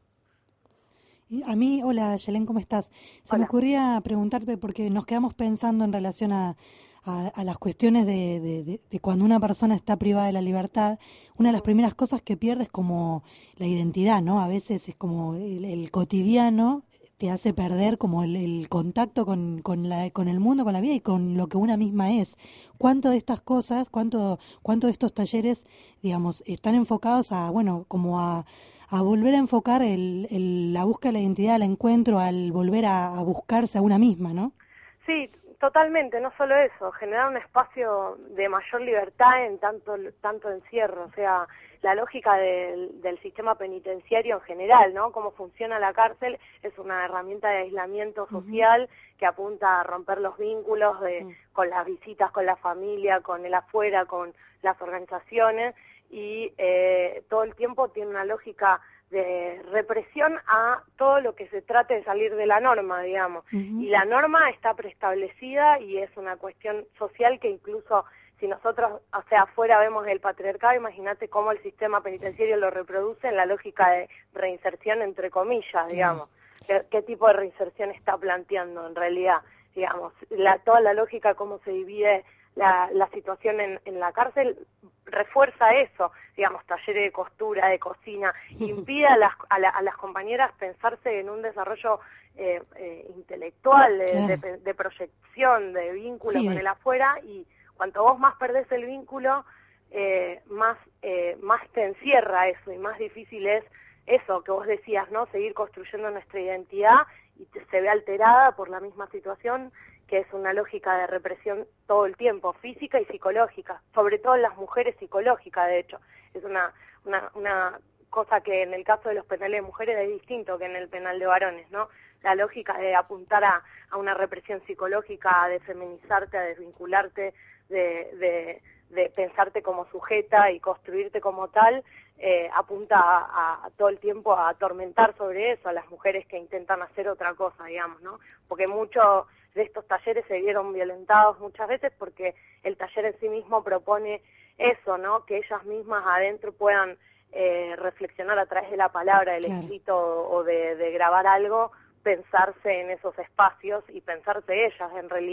Y a mí, hola, Ayelen, ¿cómo estás? Se hola. Me ocurría preguntarte, porque nos quedamos pensando en relación a, a, a las cuestiones de, de, de, de cuando una persona está privada de la libertad, una de las primeras cosas que pierde es como la identidad, ¿no? A veces es como el, el cotidiano te hace perder como el, el contacto con, con, la, con el mundo, con la vida y con lo que una misma es. ¿Cuánto de estas cosas, cuánto, cuánto de estos talleres, digamos, están enfocados a, bueno, como a, a volver a enfocar el, el, la búsqueda de la identidad, el encuentro, al volver a, a buscarse a una misma, ¿no? Sí, totalmente, no solo eso, generar un espacio de mayor libertad en tanto, tanto encierro, o sea, la lógica del, del sistema penitenciario en general, ¿no? Cómo funciona la cárcel es una herramienta de aislamiento social uh-huh. que apunta a romper los vínculos de, uh-huh. con las visitas, con la familia, con el afuera, con las organizaciones y eh, todo el tiempo tiene una lógica de represión a todo lo que se trate de salir de la norma, digamos. Uh-huh. Y la norma está preestablecida y es una cuestión social que incluso si nosotros, o sea, afuera vemos el patriarcado, imagínate cómo el sistema penitenciario lo reproduce en la lógica de reinserción, entre comillas, digamos. Uh-huh. ¿Qué, qué tipo de reinserción está planteando en realidad? Digamos, la, toda la lógica, cómo se divide la, la situación en, en la cárcel, refuerza eso, digamos, talleres de costura, de cocina, impide a las, a, la, a las compañeras pensarse en un desarrollo eh, eh, intelectual, de, claro. de, de proyección, de vínculo sí. con el afuera, y cuanto vos más perdés el vínculo, eh, más, eh, más te encierra eso, y más difícil es eso que vos decías, ¿no? Seguir construyendo nuestra identidad, y te, se ve alterada por la misma situación, que es una lógica de represión todo el tiempo, física y psicológica, sobre todo en las mujeres psicológica, de hecho. Es una, una, una cosa que en el caso de los penales de mujeres es distinto que en el penal de varones, ¿no? La lógica de apuntar a, a una represión psicológica, de feminizarte, a desvincularte, de, de, de pensarte como sujeta y construirte como tal, eh, apunta a, a todo el tiempo a atormentar sobre eso a las mujeres que intentan hacer otra cosa, digamos, ¿no? Porque mucho de estos talleres se vieron violentados muchas veces porque el taller en sí mismo propone eso, ¿no? Que ellas mismas adentro puedan eh, reflexionar a través de la palabra, del claro. escrito o de, de grabar algo, pensarse en esos espacios y pensarse ellas en realidad.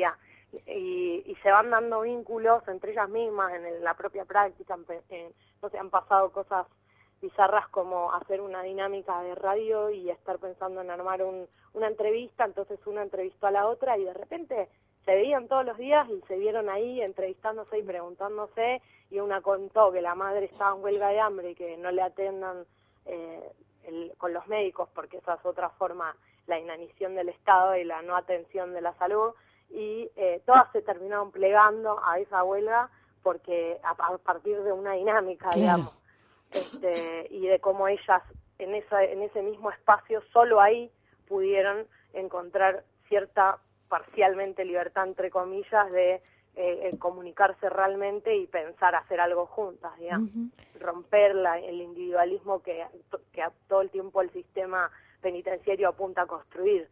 y, y se van dando vínculos entre ellas mismas en el, la propia práctica. En, en, no sé, han pasado cosas bizarras como hacer una dinámica de radio y estar pensando en armar un, una entrevista, entonces una entrevistó a la otra y de repente se veían todos los días y se vieron ahí entrevistándose y preguntándose, y una contó que la madre estaba en huelga de hambre y que no le atendan eh, el, con los médicos, porque esa es otra forma, la inanición del Estado y la no atención de la salud, y eh, todas se terminaron plegando a esa huelga porque a, a partir de una dinámica, claro, digamos, este, y de cómo ellas en, esa, en ese mismo espacio, solo ahí pudieron encontrar cierta parcialmente libertad, entre comillas, de eh, comunicarse realmente y pensar hacer algo juntas, digamos. Uh-huh. Romper la, el individualismo que, que a todo el tiempo el sistema penitenciario apunta a construir.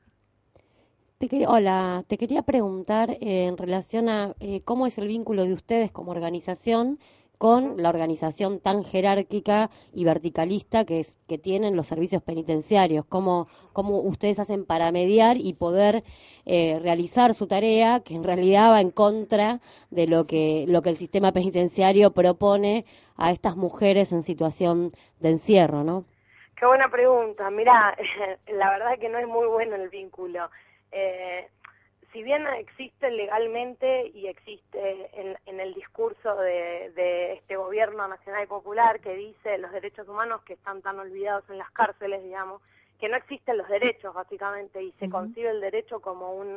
Te quería, hola, te quería preguntar eh, en relación a eh, cómo es el vínculo de ustedes como organización con la organización tan jerárquica y verticalista que es, que tienen los servicios penitenciarios, cómo, cómo ustedes hacen para mediar y poder eh, realizar su tarea, que en realidad va en contra de lo que, lo que el sistema penitenciario propone a estas mujeres en situación de encierro, ¿no? Qué buena pregunta. Mirá, la verdad es que no es muy bueno el vínculo. Eh, si bien existe legalmente y existe en, en el discurso de, de este gobierno nacional y popular que dice los derechos humanos que están tan olvidados en las cárceles, digamos, que no existen los derechos básicamente y se uh-huh. concibe el derecho como un,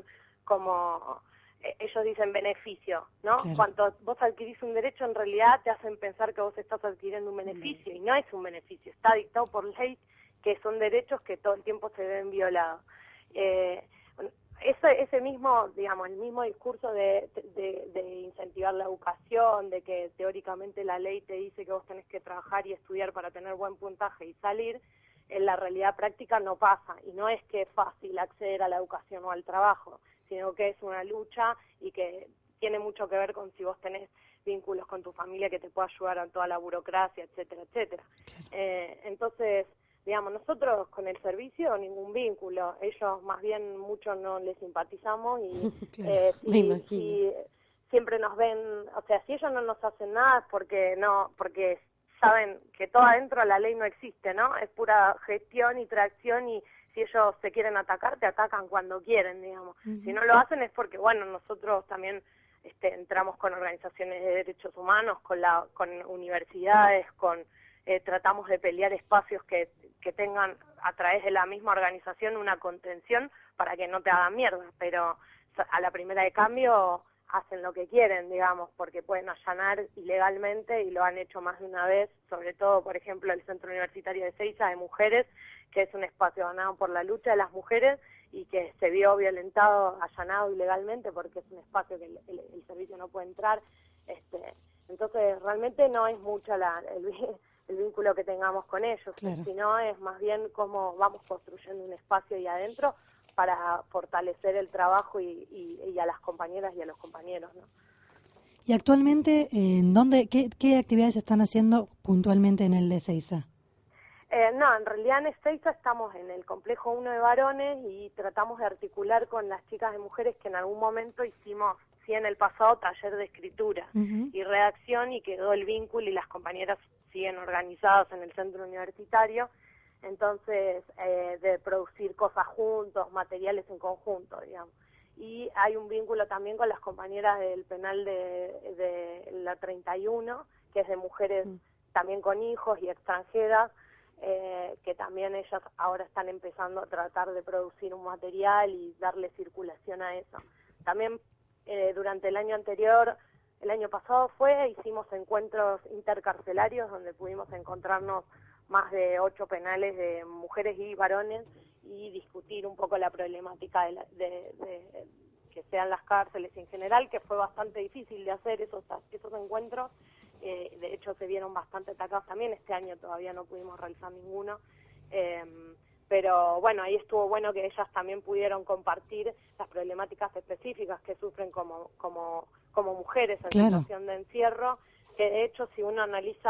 como eh, ellos dicen beneficio, ¿no? Claro. Cuando vos adquirís un derecho en realidad te hacen pensar que vos estás adquiriendo un beneficio uh-huh. y no es un beneficio, está dictado por ley que son derechos que todo el tiempo se ven violados. Eh, Ese, ese mismo, digamos, el mismo discurso de, de, de incentivar la educación, de que teóricamente la ley te dice que vos tenés que trabajar y estudiar para tener buen puntaje y salir, en la realidad práctica no pasa. Y no es que es fácil acceder a la educación o al trabajo, sino que es una lucha y que tiene mucho que ver con si vos tenés vínculos con tu familia que te pueda ayudar a toda la burocracia, etcétera, etcétera. Claro. Eh, entonces... Digamos, nosotros con el servicio ningún vínculo, ellos más bien mucho no les simpatizamos y claro, eh, si, me imagino. Si siempre nos ven, o sea, si ellos no nos hacen nada es porque no, porque saben que todo adentro la ley no existe, ¿no? Es pura gestión y tracción y si ellos se quieren atacar, te atacan cuando quieren, digamos. Uh-huh. Si no lo hacen es porque, bueno, nosotros también este, entramos con organizaciones de derechos humanos, con la, con universidades, con eh, tratamos de pelear espacios que que tengan a través de la misma organización una contención para que no te hagan mierda, pero a la primera de cambio hacen lo que quieren, digamos, porque pueden allanar ilegalmente y lo han hecho más de una vez, sobre todo, por ejemplo, el Centro Universitario de Ezeiza de Mujeres, que es un espacio ganado por la lucha de las mujeres y que se vio violentado, allanado ilegalmente porque es un espacio que el, el, el servicio no puede entrar. Este, entonces, realmente no es mucho la, el, el vínculo que tengamos con ellos, claro, sino es más bien cómo vamos construyendo un espacio ahí adentro para fortalecer el trabajo y, y, y a las compañeras y a los compañeros, ¿no? Y actualmente, ¿en dónde, qué, qué actividades están haciendo puntualmente en el de Ezeiza? Eh, no, en realidad en Ezeiza estamos en el complejo uno de varones y tratamos de articular con las chicas de mujeres que en algún momento hicimos, sí, en el pasado, taller de escritura uh-huh. y redacción, y quedó el vínculo y las compañeras siguen organizadas en el centro universitario, entonces eh, de producir cosas juntos, materiales en conjunto, digamos. Y hay un vínculo también con las compañeras del penal de, de la treinta y uno, que es de mujeres uh-huh. también con hijos y extranjeras, Eh, que también ellas ahora están empezando a tratar de producir un material y darle circulación a eso. También eh, durante el año anterior, el año pasado fue, hicimos encuentros intercarcelarios donde pudimos encontrarnos más de ocho penales de mujeres y varones y discutir un poco la problemática de, la, de, de que sean las cárceles en general, que fue bastante difícil de hacer esos, esos encuentros. Eh, de hecho se vieron bastante atacados también, este año todavía no pudimos realizar ninguno, eh, pero bueno, ahí estuvo bueno que ellas también pudieron compartir las problemáticas específicas que sufren como como como mujeres en claro. situación de encierro, que de hecho si uno analiza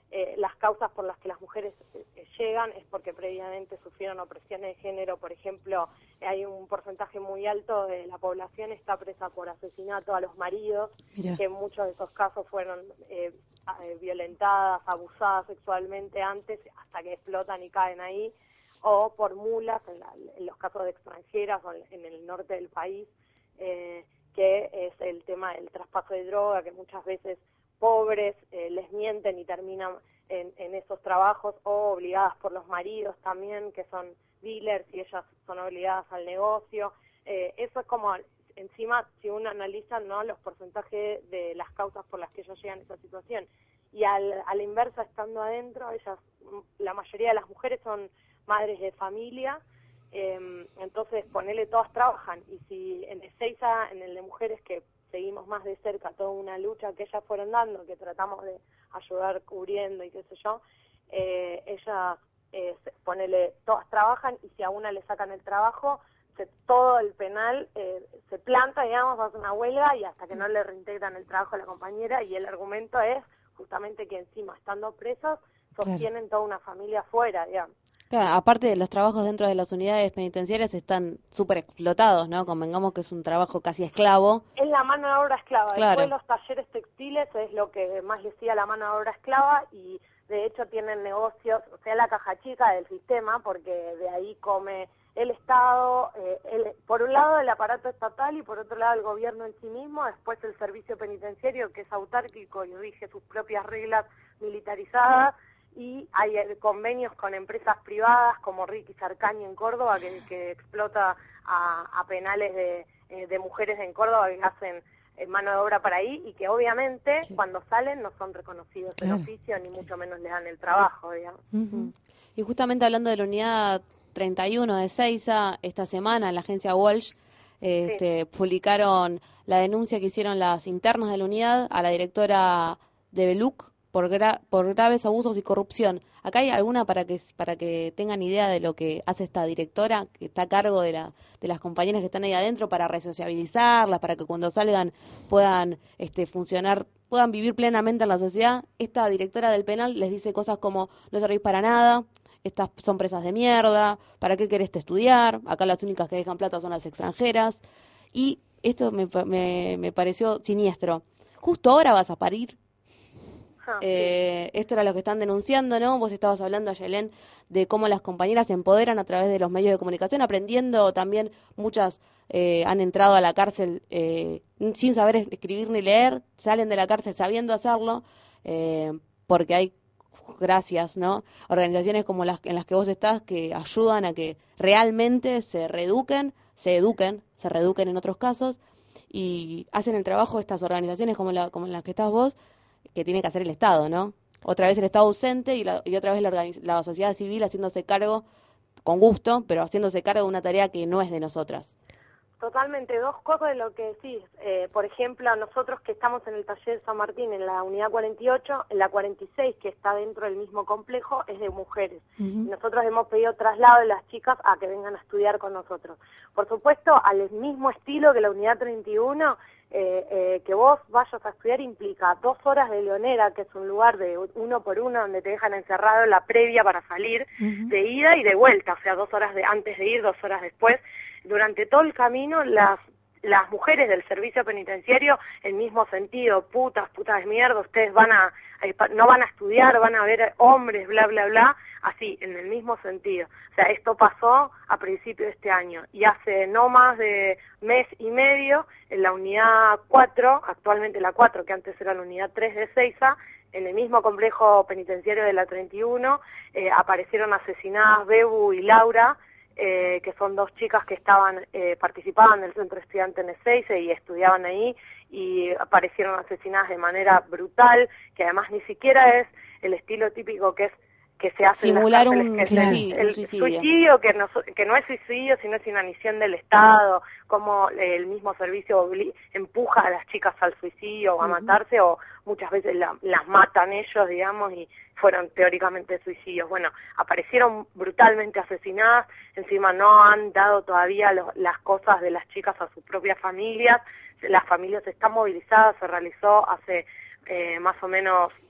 eh, las causas por las que las mujeres eh, llegan es porque previamente sufrieron opresiones de género. Por ejemplo, hay un porcentaje muy alto de la población está presa por asesinato a los maridos, Mirá. que en muchos de esos casos fueron eh, eh, violentadas, abusadas sexualmente antes, hasta que explotan y caen ahí, o por mulas, en, la, en los casos de extranjeras o en, en el norte del país, eh, que es el tema del traspaso de droga, que muchas veces pobres eh, les mienten y terminan en, en esos trabajos, o obligadas por los maridos también, que son dealers y ellas son obligadas al negocio. Eh, eso es como, encima, si uno analiza, ¿no?, los porcentajes de las causas por las que ellos llegan a esa situación. Y al, a la inversa, estando adentro, ellas, la mayoría de las mujeres son madres de familia, eh, entonces ponele, todas trabajan, y si en Ezeiza, en el de mujeres, que seguimos más de cerca toda una lucha que ellas fueron dando, que tratamos de ayudar cubriendo y qué sé yo, eh, ellas, eh, ponele, todas trabajan, y si a una le sacan el trabajo, se, todo el penal eh, se planta, digamos, hace una huelga, y hasta que no le reintegran el trabajo a la compañera, y el argumento es justamente que encima, estando presos, sostienen toda una familia afuera, digamos. Claro, aparte de los trabajos dentro de las unidades penitenciarias están súper explotados, ¿no? Convengamos que es un trabajo casi esclavo. Es la mano de obra esclava. Claro. Después los talleres textiles es lo que más decía la mano de obra esclava, y de hecho tienen negocios, o sea, la caja chica del sistema, porque de ahí come el Estado, eh, el, por un lado el aparato estatal y por otro lado el gobierno en sí mismo, después el servicio penitenciario, que es autárquico y rige sus propias reglas militarizadas, y hay convenios con empresas privadas como Ricky Sarcani en Córdoba, que, que explota a, a penales de, eh, de mujeres en Córdoba que hacen eh, mano de obra para ahí, y que obviamente sí, cuando salen no son reconocidos claro. el oficio, ni mucho menos les dan el trabajo, digamos. Uh-huh. Y justamente hablando de la unidad treinta y uno de Ezeiza, esta semana en la agencia Walsh este, sí. publicaron la denuncia que hicieron las internas de la unidad a la directora de Beluc por, gra por graves abusos y corrupción. Acá hay alguna para que para que tengan idea de lo que hace esta directora, que está a cargo de, la, de las compañeras que están ahí adentro, para resociabilizarlas, para que cuando salgan puedan este, funcionar, puedan vivir plenamente en la sociedad. Esta directora del penal les dice cosas como: no servís para nada, estas son presas de mierda, ¿para qué querés estudiar? Acá las únicas que dejan plata son las extranjeras. Y esto me, me, me pareció siniestro. Justo ahora vas a parir. Eh, esto era lo que están denunciando, ¿no? Vos estabas hablando, Ayelén, de cómo las compañeras se empoderan a través de los medios de comunicación, aprendiendo también. Muchas eh, han entrado a la cárcel eh, sin saber escribir ni leer, salen de la cárcel sabiendo hacerlo, eh, porque hay, gracias, ¿no?, organizaciones como las en las que vos estás, que ayudan a que realmente se reeduquen, se eduquen, se reeduquen en otros casos, y hacen el trabajo estas organizaciones como, la, como en las que estás vos, que tiene que hacer el Estado, ¿no? Otra vez el Estado ausente y, la, y otra vez la, la sociedad civil haciéndose cargo, con gusto, pero haciéndose cargo de una tarea que no es de nosotras. Totalmente, dos cosas de lo que decís. Eh, por ejemplo, nosotros que estamos en el taller San Martín, en la unidad cuarenta y ocho, en la cuarenta y seis, que está dentro del mismo complejo, es de mujeres. Uh-huh. Y nosotros hemos pedido traslado de las chicas a que vengan a estudiar con nosotros. Por supuesto, al mismo estilo que la unidad treinta y uno, eh, eh, que vos vayas a estudiar implica dos horas de leonera, que es un lugar de uno por uno donde te dejan encerrado en la previa para salir, uh-huh, de ida y de vuelta, o sea, dos horas de antes de ir, dos horas después. Durante todo el camino, las las mujeres del servicio penitenciario, el mismo sentido: putas, putas de mierda, ustedes van a, no van a estudiar, van a ver hombres, bla, bla, bla, así, en el mismo sentido. O sea, esto pasó a principio de este año, y hace no más de mes y medio, en la unidad cuatro, actualmente la cuatro, que antes era la unidad tres de Ezeiza, en el mismo complejo penitenciario de la treinta y uno, eh, aparecieron asesinadas Bebu y Laura, Eh, que son dos chicas que estaban eh, participaban del centro estudiante en Ezeiza y estudiaban ahí, y aparecieron asesinadas de manera brutal, que además ni siquiera es el estilo típico que es que se hace simular en las un, cárceles, que claro, es el, el suicidio, suicidio que no, que no es suicidio, sino es inanición del Estado, como el mismo servicio empuja a las chicas al suicidio o a uh-huh. matarse, o muchas veces la, las matan ellos, digamos, y fueron teóricamente suicidios. Bueno, aparecieron brutalmente asesinadas, encima no han dado todavía los, las cosas de las chicas a sus propias familias, las familias están movilizadas, se realizó hace eh, más o menos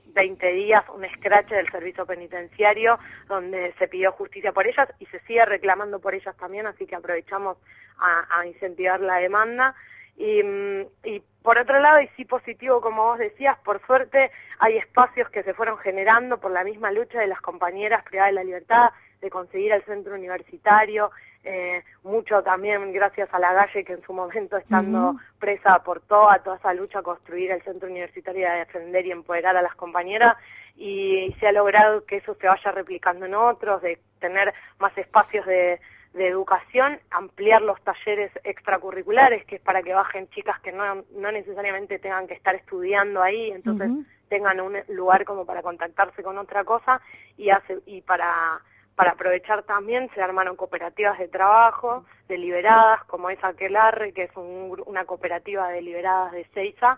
veinte días un escrache del servicio penitenciario donde se pidió justicia por ellas y se sigue reclamando por ellas también, así que aprovechamos a, a incentivar la demanda. Y, y por otro lado, y sí positivo, como vos decías, por suerte hay espacios que se fueron generando por la misma lucha de las compañeras privadas de la libertad, de conseguir el centro universitario, eh, mucho también gracias a la Galle, que en su momento, estando uh-huh. presa, aportó a toda esa lucha a construir el centro universitario, a defender y empoderar a las compañeras, y, y se ha logrado que eso se vaya replicando en otros, de tener más espacios de de educación, ampliar los talleres extracurriculares, que es para que bajen chicas que no, no necesariamente tengan que estar estudiando ahí, entonces uh-huh. tengan un lugar como para contactarse con otra cosa, y hace y para para aprovechar también se armaron cooperativas de trabajo deliberadas, como es Aquelarre, que es un, una cooperativa de liberadas de Seiza,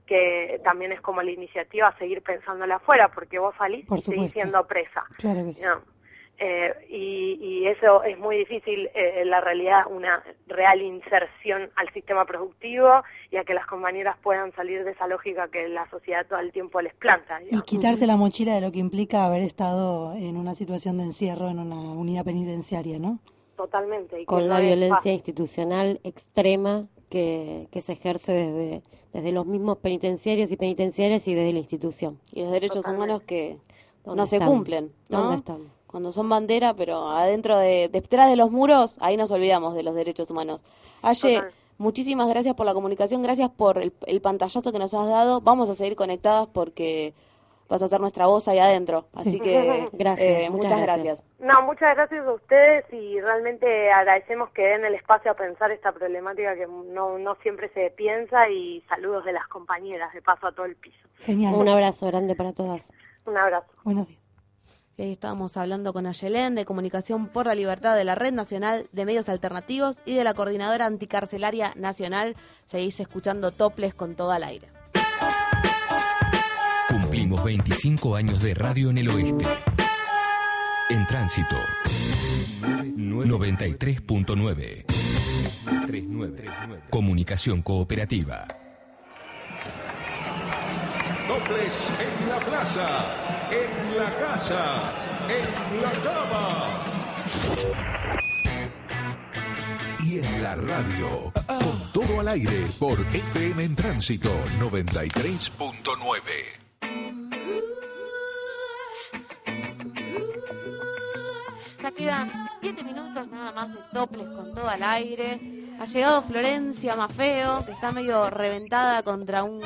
que también es como la iniciativa a seguir pensándola afuera, porque vos salís Por y supuesto. seguís siendo presa. Claro que sí. ¿No? Eh, y, y eso es muy difícil, eh, en la realidad, una real inserción al sistema productivo y a que las compañeras puedan salir de esa lógica que la sociedad todo el tiempo les planta. Digamos. Y quitarse la mochila de lo que implica haber estado en una situación de encierro en una unidad penitenciaria, ¿no? Totalmente. Y Con la no violencia fácil. institucional extrema que, que se ejerce desde, desde los mismos penitenciarios y penitenciarias y desde la institución. Y los derechos Totalmente. humanos que no ¿Dónde se están? cumplen, ¿no? ¿Dónde están? Cuando son bandera, pero adentro de, detrás de los muros, ahí nos olvidamos de los derechos humanos. Aye, Total. muchísimas gracias por la comunicación, gracias por el, el pantallazo que nos has dado. Vamos a seguir conectadas porque vas a ser nuestra voz ahí adentro. Así Sí. que Gracias, eh, muchas muchas gracias. gracias. No, muchas gracias a ustedes y realmente agradecemos que den el espacio a pensar esta problemática que no, no siempre se piensa, y saludos de las compañeras, de paso a todo el piso. Genial. Un abrazo grande para todas. Un abrazo. Buenos días. Y ahí estábamos hablando con Ayelén de Comunicación por la Libertad de la Red Nacional de Medios Alternativos y de la Coordinadora Anticarcelaria Nacional. Seguís escuchando Toples con todo al aire. Cumplimos veinticinco años de radio en el oeste. En tránsito. noventa y tres punto nueve. Comunicación cooperativa. Toples en la plaza, en la casa, en la cama. Y en la radio, con todo al aire por F M en Tránsito noventa y tres punto nueve. Ya quedan siete minutos nada más de Toples con todo al aire. Ha llegado Florencia Maffeo, que está medio reventada contra un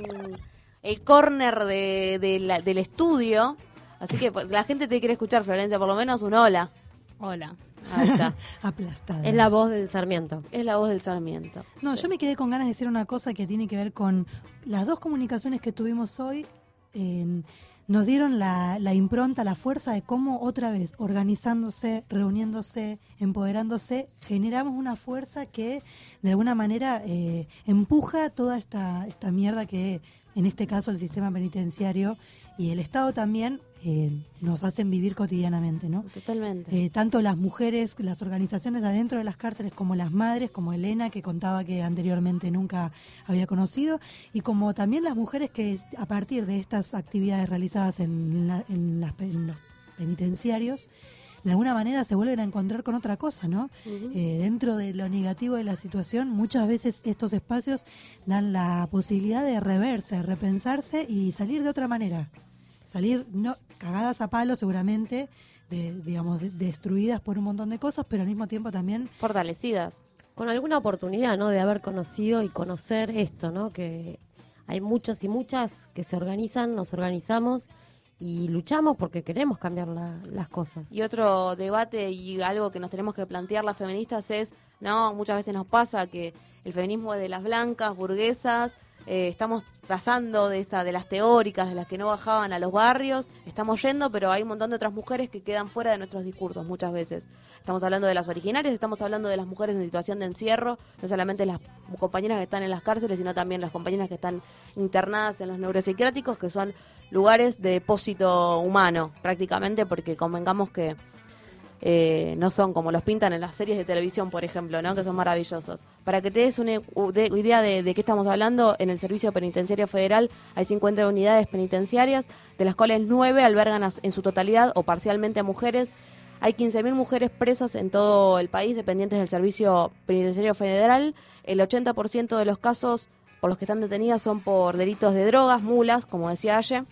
el córner de, de la, del estudio. Así que pues, la gente te quiere escuchar, Florencia, por lo menos un hola. Hola. Ahí está. Aplastada. Es la voz del Sarmiento. Es la voz del Sarmiento. No, yo me quedé con ganas de decir una cosa que tiene que ver con las dos comunicaciones que tuvimos hoy. Eh, nos dieron la, la impronta, la fuerza de cómo otra vez, organizándose, reuniéndose, empoderándose, generamos una fuerza que de alguna manera eh, empuja toda esta, esta mierda que en este caso el sistema penitenciario y el Estado también eh, nos hacen vivir cotidianamente, ¿no? Totalmente. Eh, tanto las mujeres, las organizaciones adentro de las cárceles, como las madres, como Elena, que contaba que anteriormente nunca había conocido, y como también las mujeres que a partir de estas actividades realizadas en, la, en, las, en los penitenciarios, de alguna manera se vuelven a encontrar con otra cosa, ¿no? Uh-huh. Eh, dentro de lo negativo de la situación, muchas veces estos espacios dan la posibilidad de reverse, repensarse y salir de otra manera. Salir no cagadas a palo seguramente, de, digamos, de, destruidas por un montón de cosas, pero al mismo tiempo también fortalecidas. Con alguna oportunidad, ¿no? De haber conocido y conocer esto, ¿no? Que hay muchos y muchas que se organizan, nos organizamos y luchamos porque queremos cambiar la, las cosas. Y otro debate y algo que nos tenemos que plantear las feministas es, no, muchas veces nos pasa que el feminismo es de las blancas, burguesas, eh, estamos trazando de esta de las teóricas, de las que no bajaban a los barrios, estamos yendo, pero hay un montón de otras mujeres que quedan fuera de nuestros discursos muchas veces. Estamos hablando de las originarias, estamos hablando de las mujeres en situación de encierro, no solamente las compañeras que están en las cárceles, sino también las compañeras que están internadas en los neuropsiquiátricos, que son lugares de depósito humano, prácticamente, porque convengamos que eh, no son como los pintan en las series de televisión, por ejemplo, ¿no? Que son maravillosos. Para que te des una de, idea de, de qué estamos hablando, en el Servicio Penitenciario Federal hay cincuenta unidades penitenciarias, de las cuales nueve albergan a, en su totalidad o parcialmente a mujeres. Hay quince mil mujeres presas en todo el país, dependientes del Servicio Penitenciario Federal. El ochenta por ciento de los casos por los que están detenidas son por delitos de drogas, mulas, como decía Aye,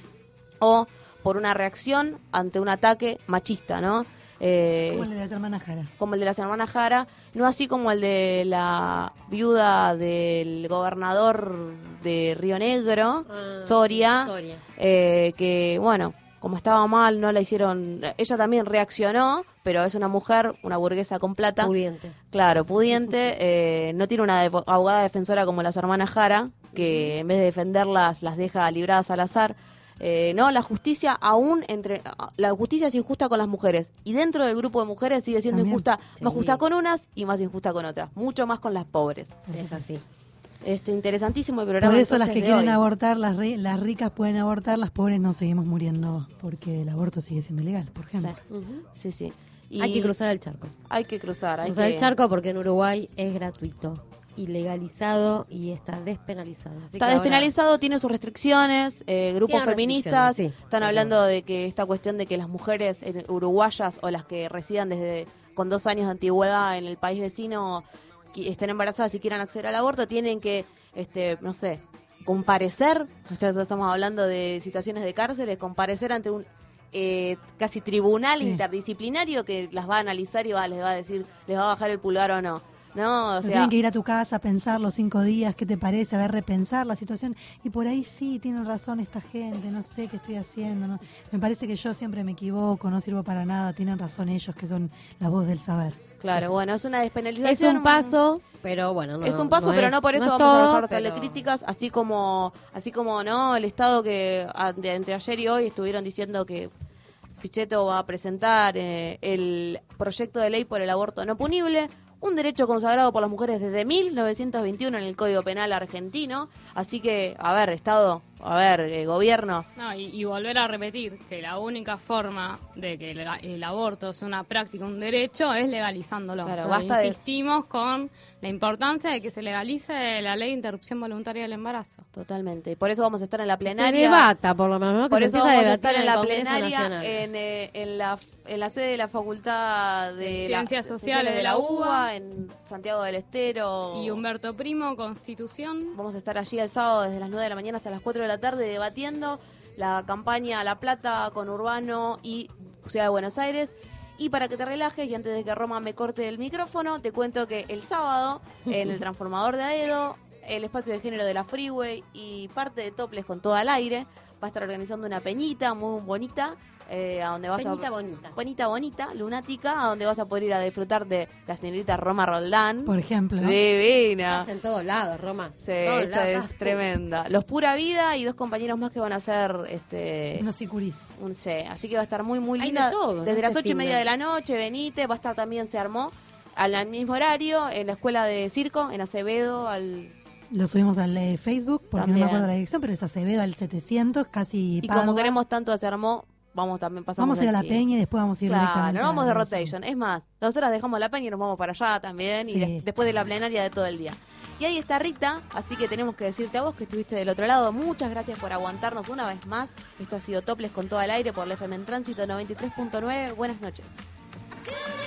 o por una reacción ante un ataque machista, ¿no? Eh, como el de las hermanas Jara. Como el de las hermanas Jara, no así como el de la viuda del gobernador de Río Negro, ah, Soria, Soria. Eh, que, bueno, como estaba mal, no la hicieron... Ella también reaccionó, pero es una mujer, una burguesa con plata. Pudiente. Claro, pudiente. Eh, no tiene una de, abogada defensora como las hermanas Jara, que en vez de defenderlas, las deja libradas al azar. Eh, no, la justicia aún entre... La justicia es injusta con las mujeres. Y dentro del grupo de mujeres sigue siendo también injusta. Sí. Más justa con unas y más injusta con otras. Mucho más con las pobres. Es así. Este, interesantísimo el programa. Por eso las que quieren hoy. abortar, las, ri- las ricas pueden abortar, las pobres no seguimos muriendo porque el aborto sigue siendo ilegal, por ejemplo. Sí, uh-huh. sí. sí. Y hay que cruzar el charco. Hay que cruzar. Hay cruzar que... el charco porque en Uruguay es gratuito, ilegalizado y está despenalizado. Así está despenalizado, ahora... tiene sus restricciones, eh, grupos feministas sí, están hablando de que esta cuestión de que las mujeres uruguayas o las que residan desde con dos años de antigüedad en el país vecino estén embarazadas y quieran acceder al aborto, tienen que, este, no sé, comparecer, estamos hablando de situaciones de cárceles, comparecer ante un eh, casi tribunal sí. interdisciplinario que las va a analizar y va, les va a decir, les va a bajar el pulgar o no. No, o sea, tienen que ir a tu casa a pensar los cinco días, qué te parece, a ver, repensar la situación. Y por ahí sí, tienen razón esta gente, no sé qué estoy haciendo. No. Me parece que yo siempre me equivoco, no sirvo para nada. Tienen razón ellos, que son la voz del saber. Claro, bueno, es una despenalización. Es un paso, pero bueno, no. Es un paso, no pero es, no por eso no vamos todo, a dejar de hacerle pero... críticas, así como, así como no, el Estado que a, de, entre ayer y hoy estuvieron diciendo que Pichetto va a presentar eh, el proyecto de ley por el aborto no punible, un derecho consagrado por las mujeres desde mil novecientos veintiuno en el Código Penal argentino. Así que, a ver, Estado, a ver, eh, gobierno. No, y, y volver a repetir que la única forma de que el, el aborto sea una práctica, un derecho, es legalizándolo. Claro, basta insistimos de... con la importancia de que se legalice la ley de interrupción voluntaria del embarazo. Totalmente. Y por eso vamos a estar en la plenaria. Se debata, por lo menos, ¿no? Que por se eso empieza vamos a a estar en la Congreso plenaria, Nacional. en, eh, en, la, en la sede de la Facultad de, de la, Ciencias Sociales de la U B UBA, A, en Santiago del Estero. Y Humberto Primo, Constitución. Vamos a estar allí el sábado desde las nueve de la mañana hasta las cuatro de la tarde debatiendo la campaña La Plata con Urbano y Ciudad de Buenos Aires. Y para que te relajes y antes de que Roma me corte el micrófono, te cuento que el sábado en el Transformador de Aedo, el espacio de género de la Freeway y parte de Toples con todo al aire va a estar organizando una peñita muy bonita. Eh, a donde vas Peñita a, bonita. Peñita bonita, lunática, a donde vas a poder ir a disfrutar de la señorita Roma Roldán. Por ejemplo. Divina. Estás en todos lados, Roma. Sí, esta es tremenda. Los Pura Vida y dos compañeros más que van a hacer este unos sicurís. Un sí, así que va a estar muy muy linda. Hay de todo, desde ¿no? las ocho y media de la noche, venite, va a estar también, se armó al mismo horario en la escuela de circo, en Acevedo, al Lo subimos al eh, Facebook, porque también. no me acuerdo la dirección, pero es Acevedo al setecientos, casi Y Padua. como queremos tanto, se armó. Vamos también pasamos Vamos a ir a la Chile. peña y después vamos a ir claro, directamente. Claro, vamos a de la rotation. Es más, nosotras dejamos la peña y nos vamos para allá también. Sí. Y de- después de la plenaria de todo el día. Y ahí está Rita, así que tenemos que decirte a vos que estuviste del otro lado. Muchas gracias por aguantarnos una vez más. Esto ha sido Toples con todo el aire por la F M en Tránsito noventa y tres punto nueve. Buenas noches.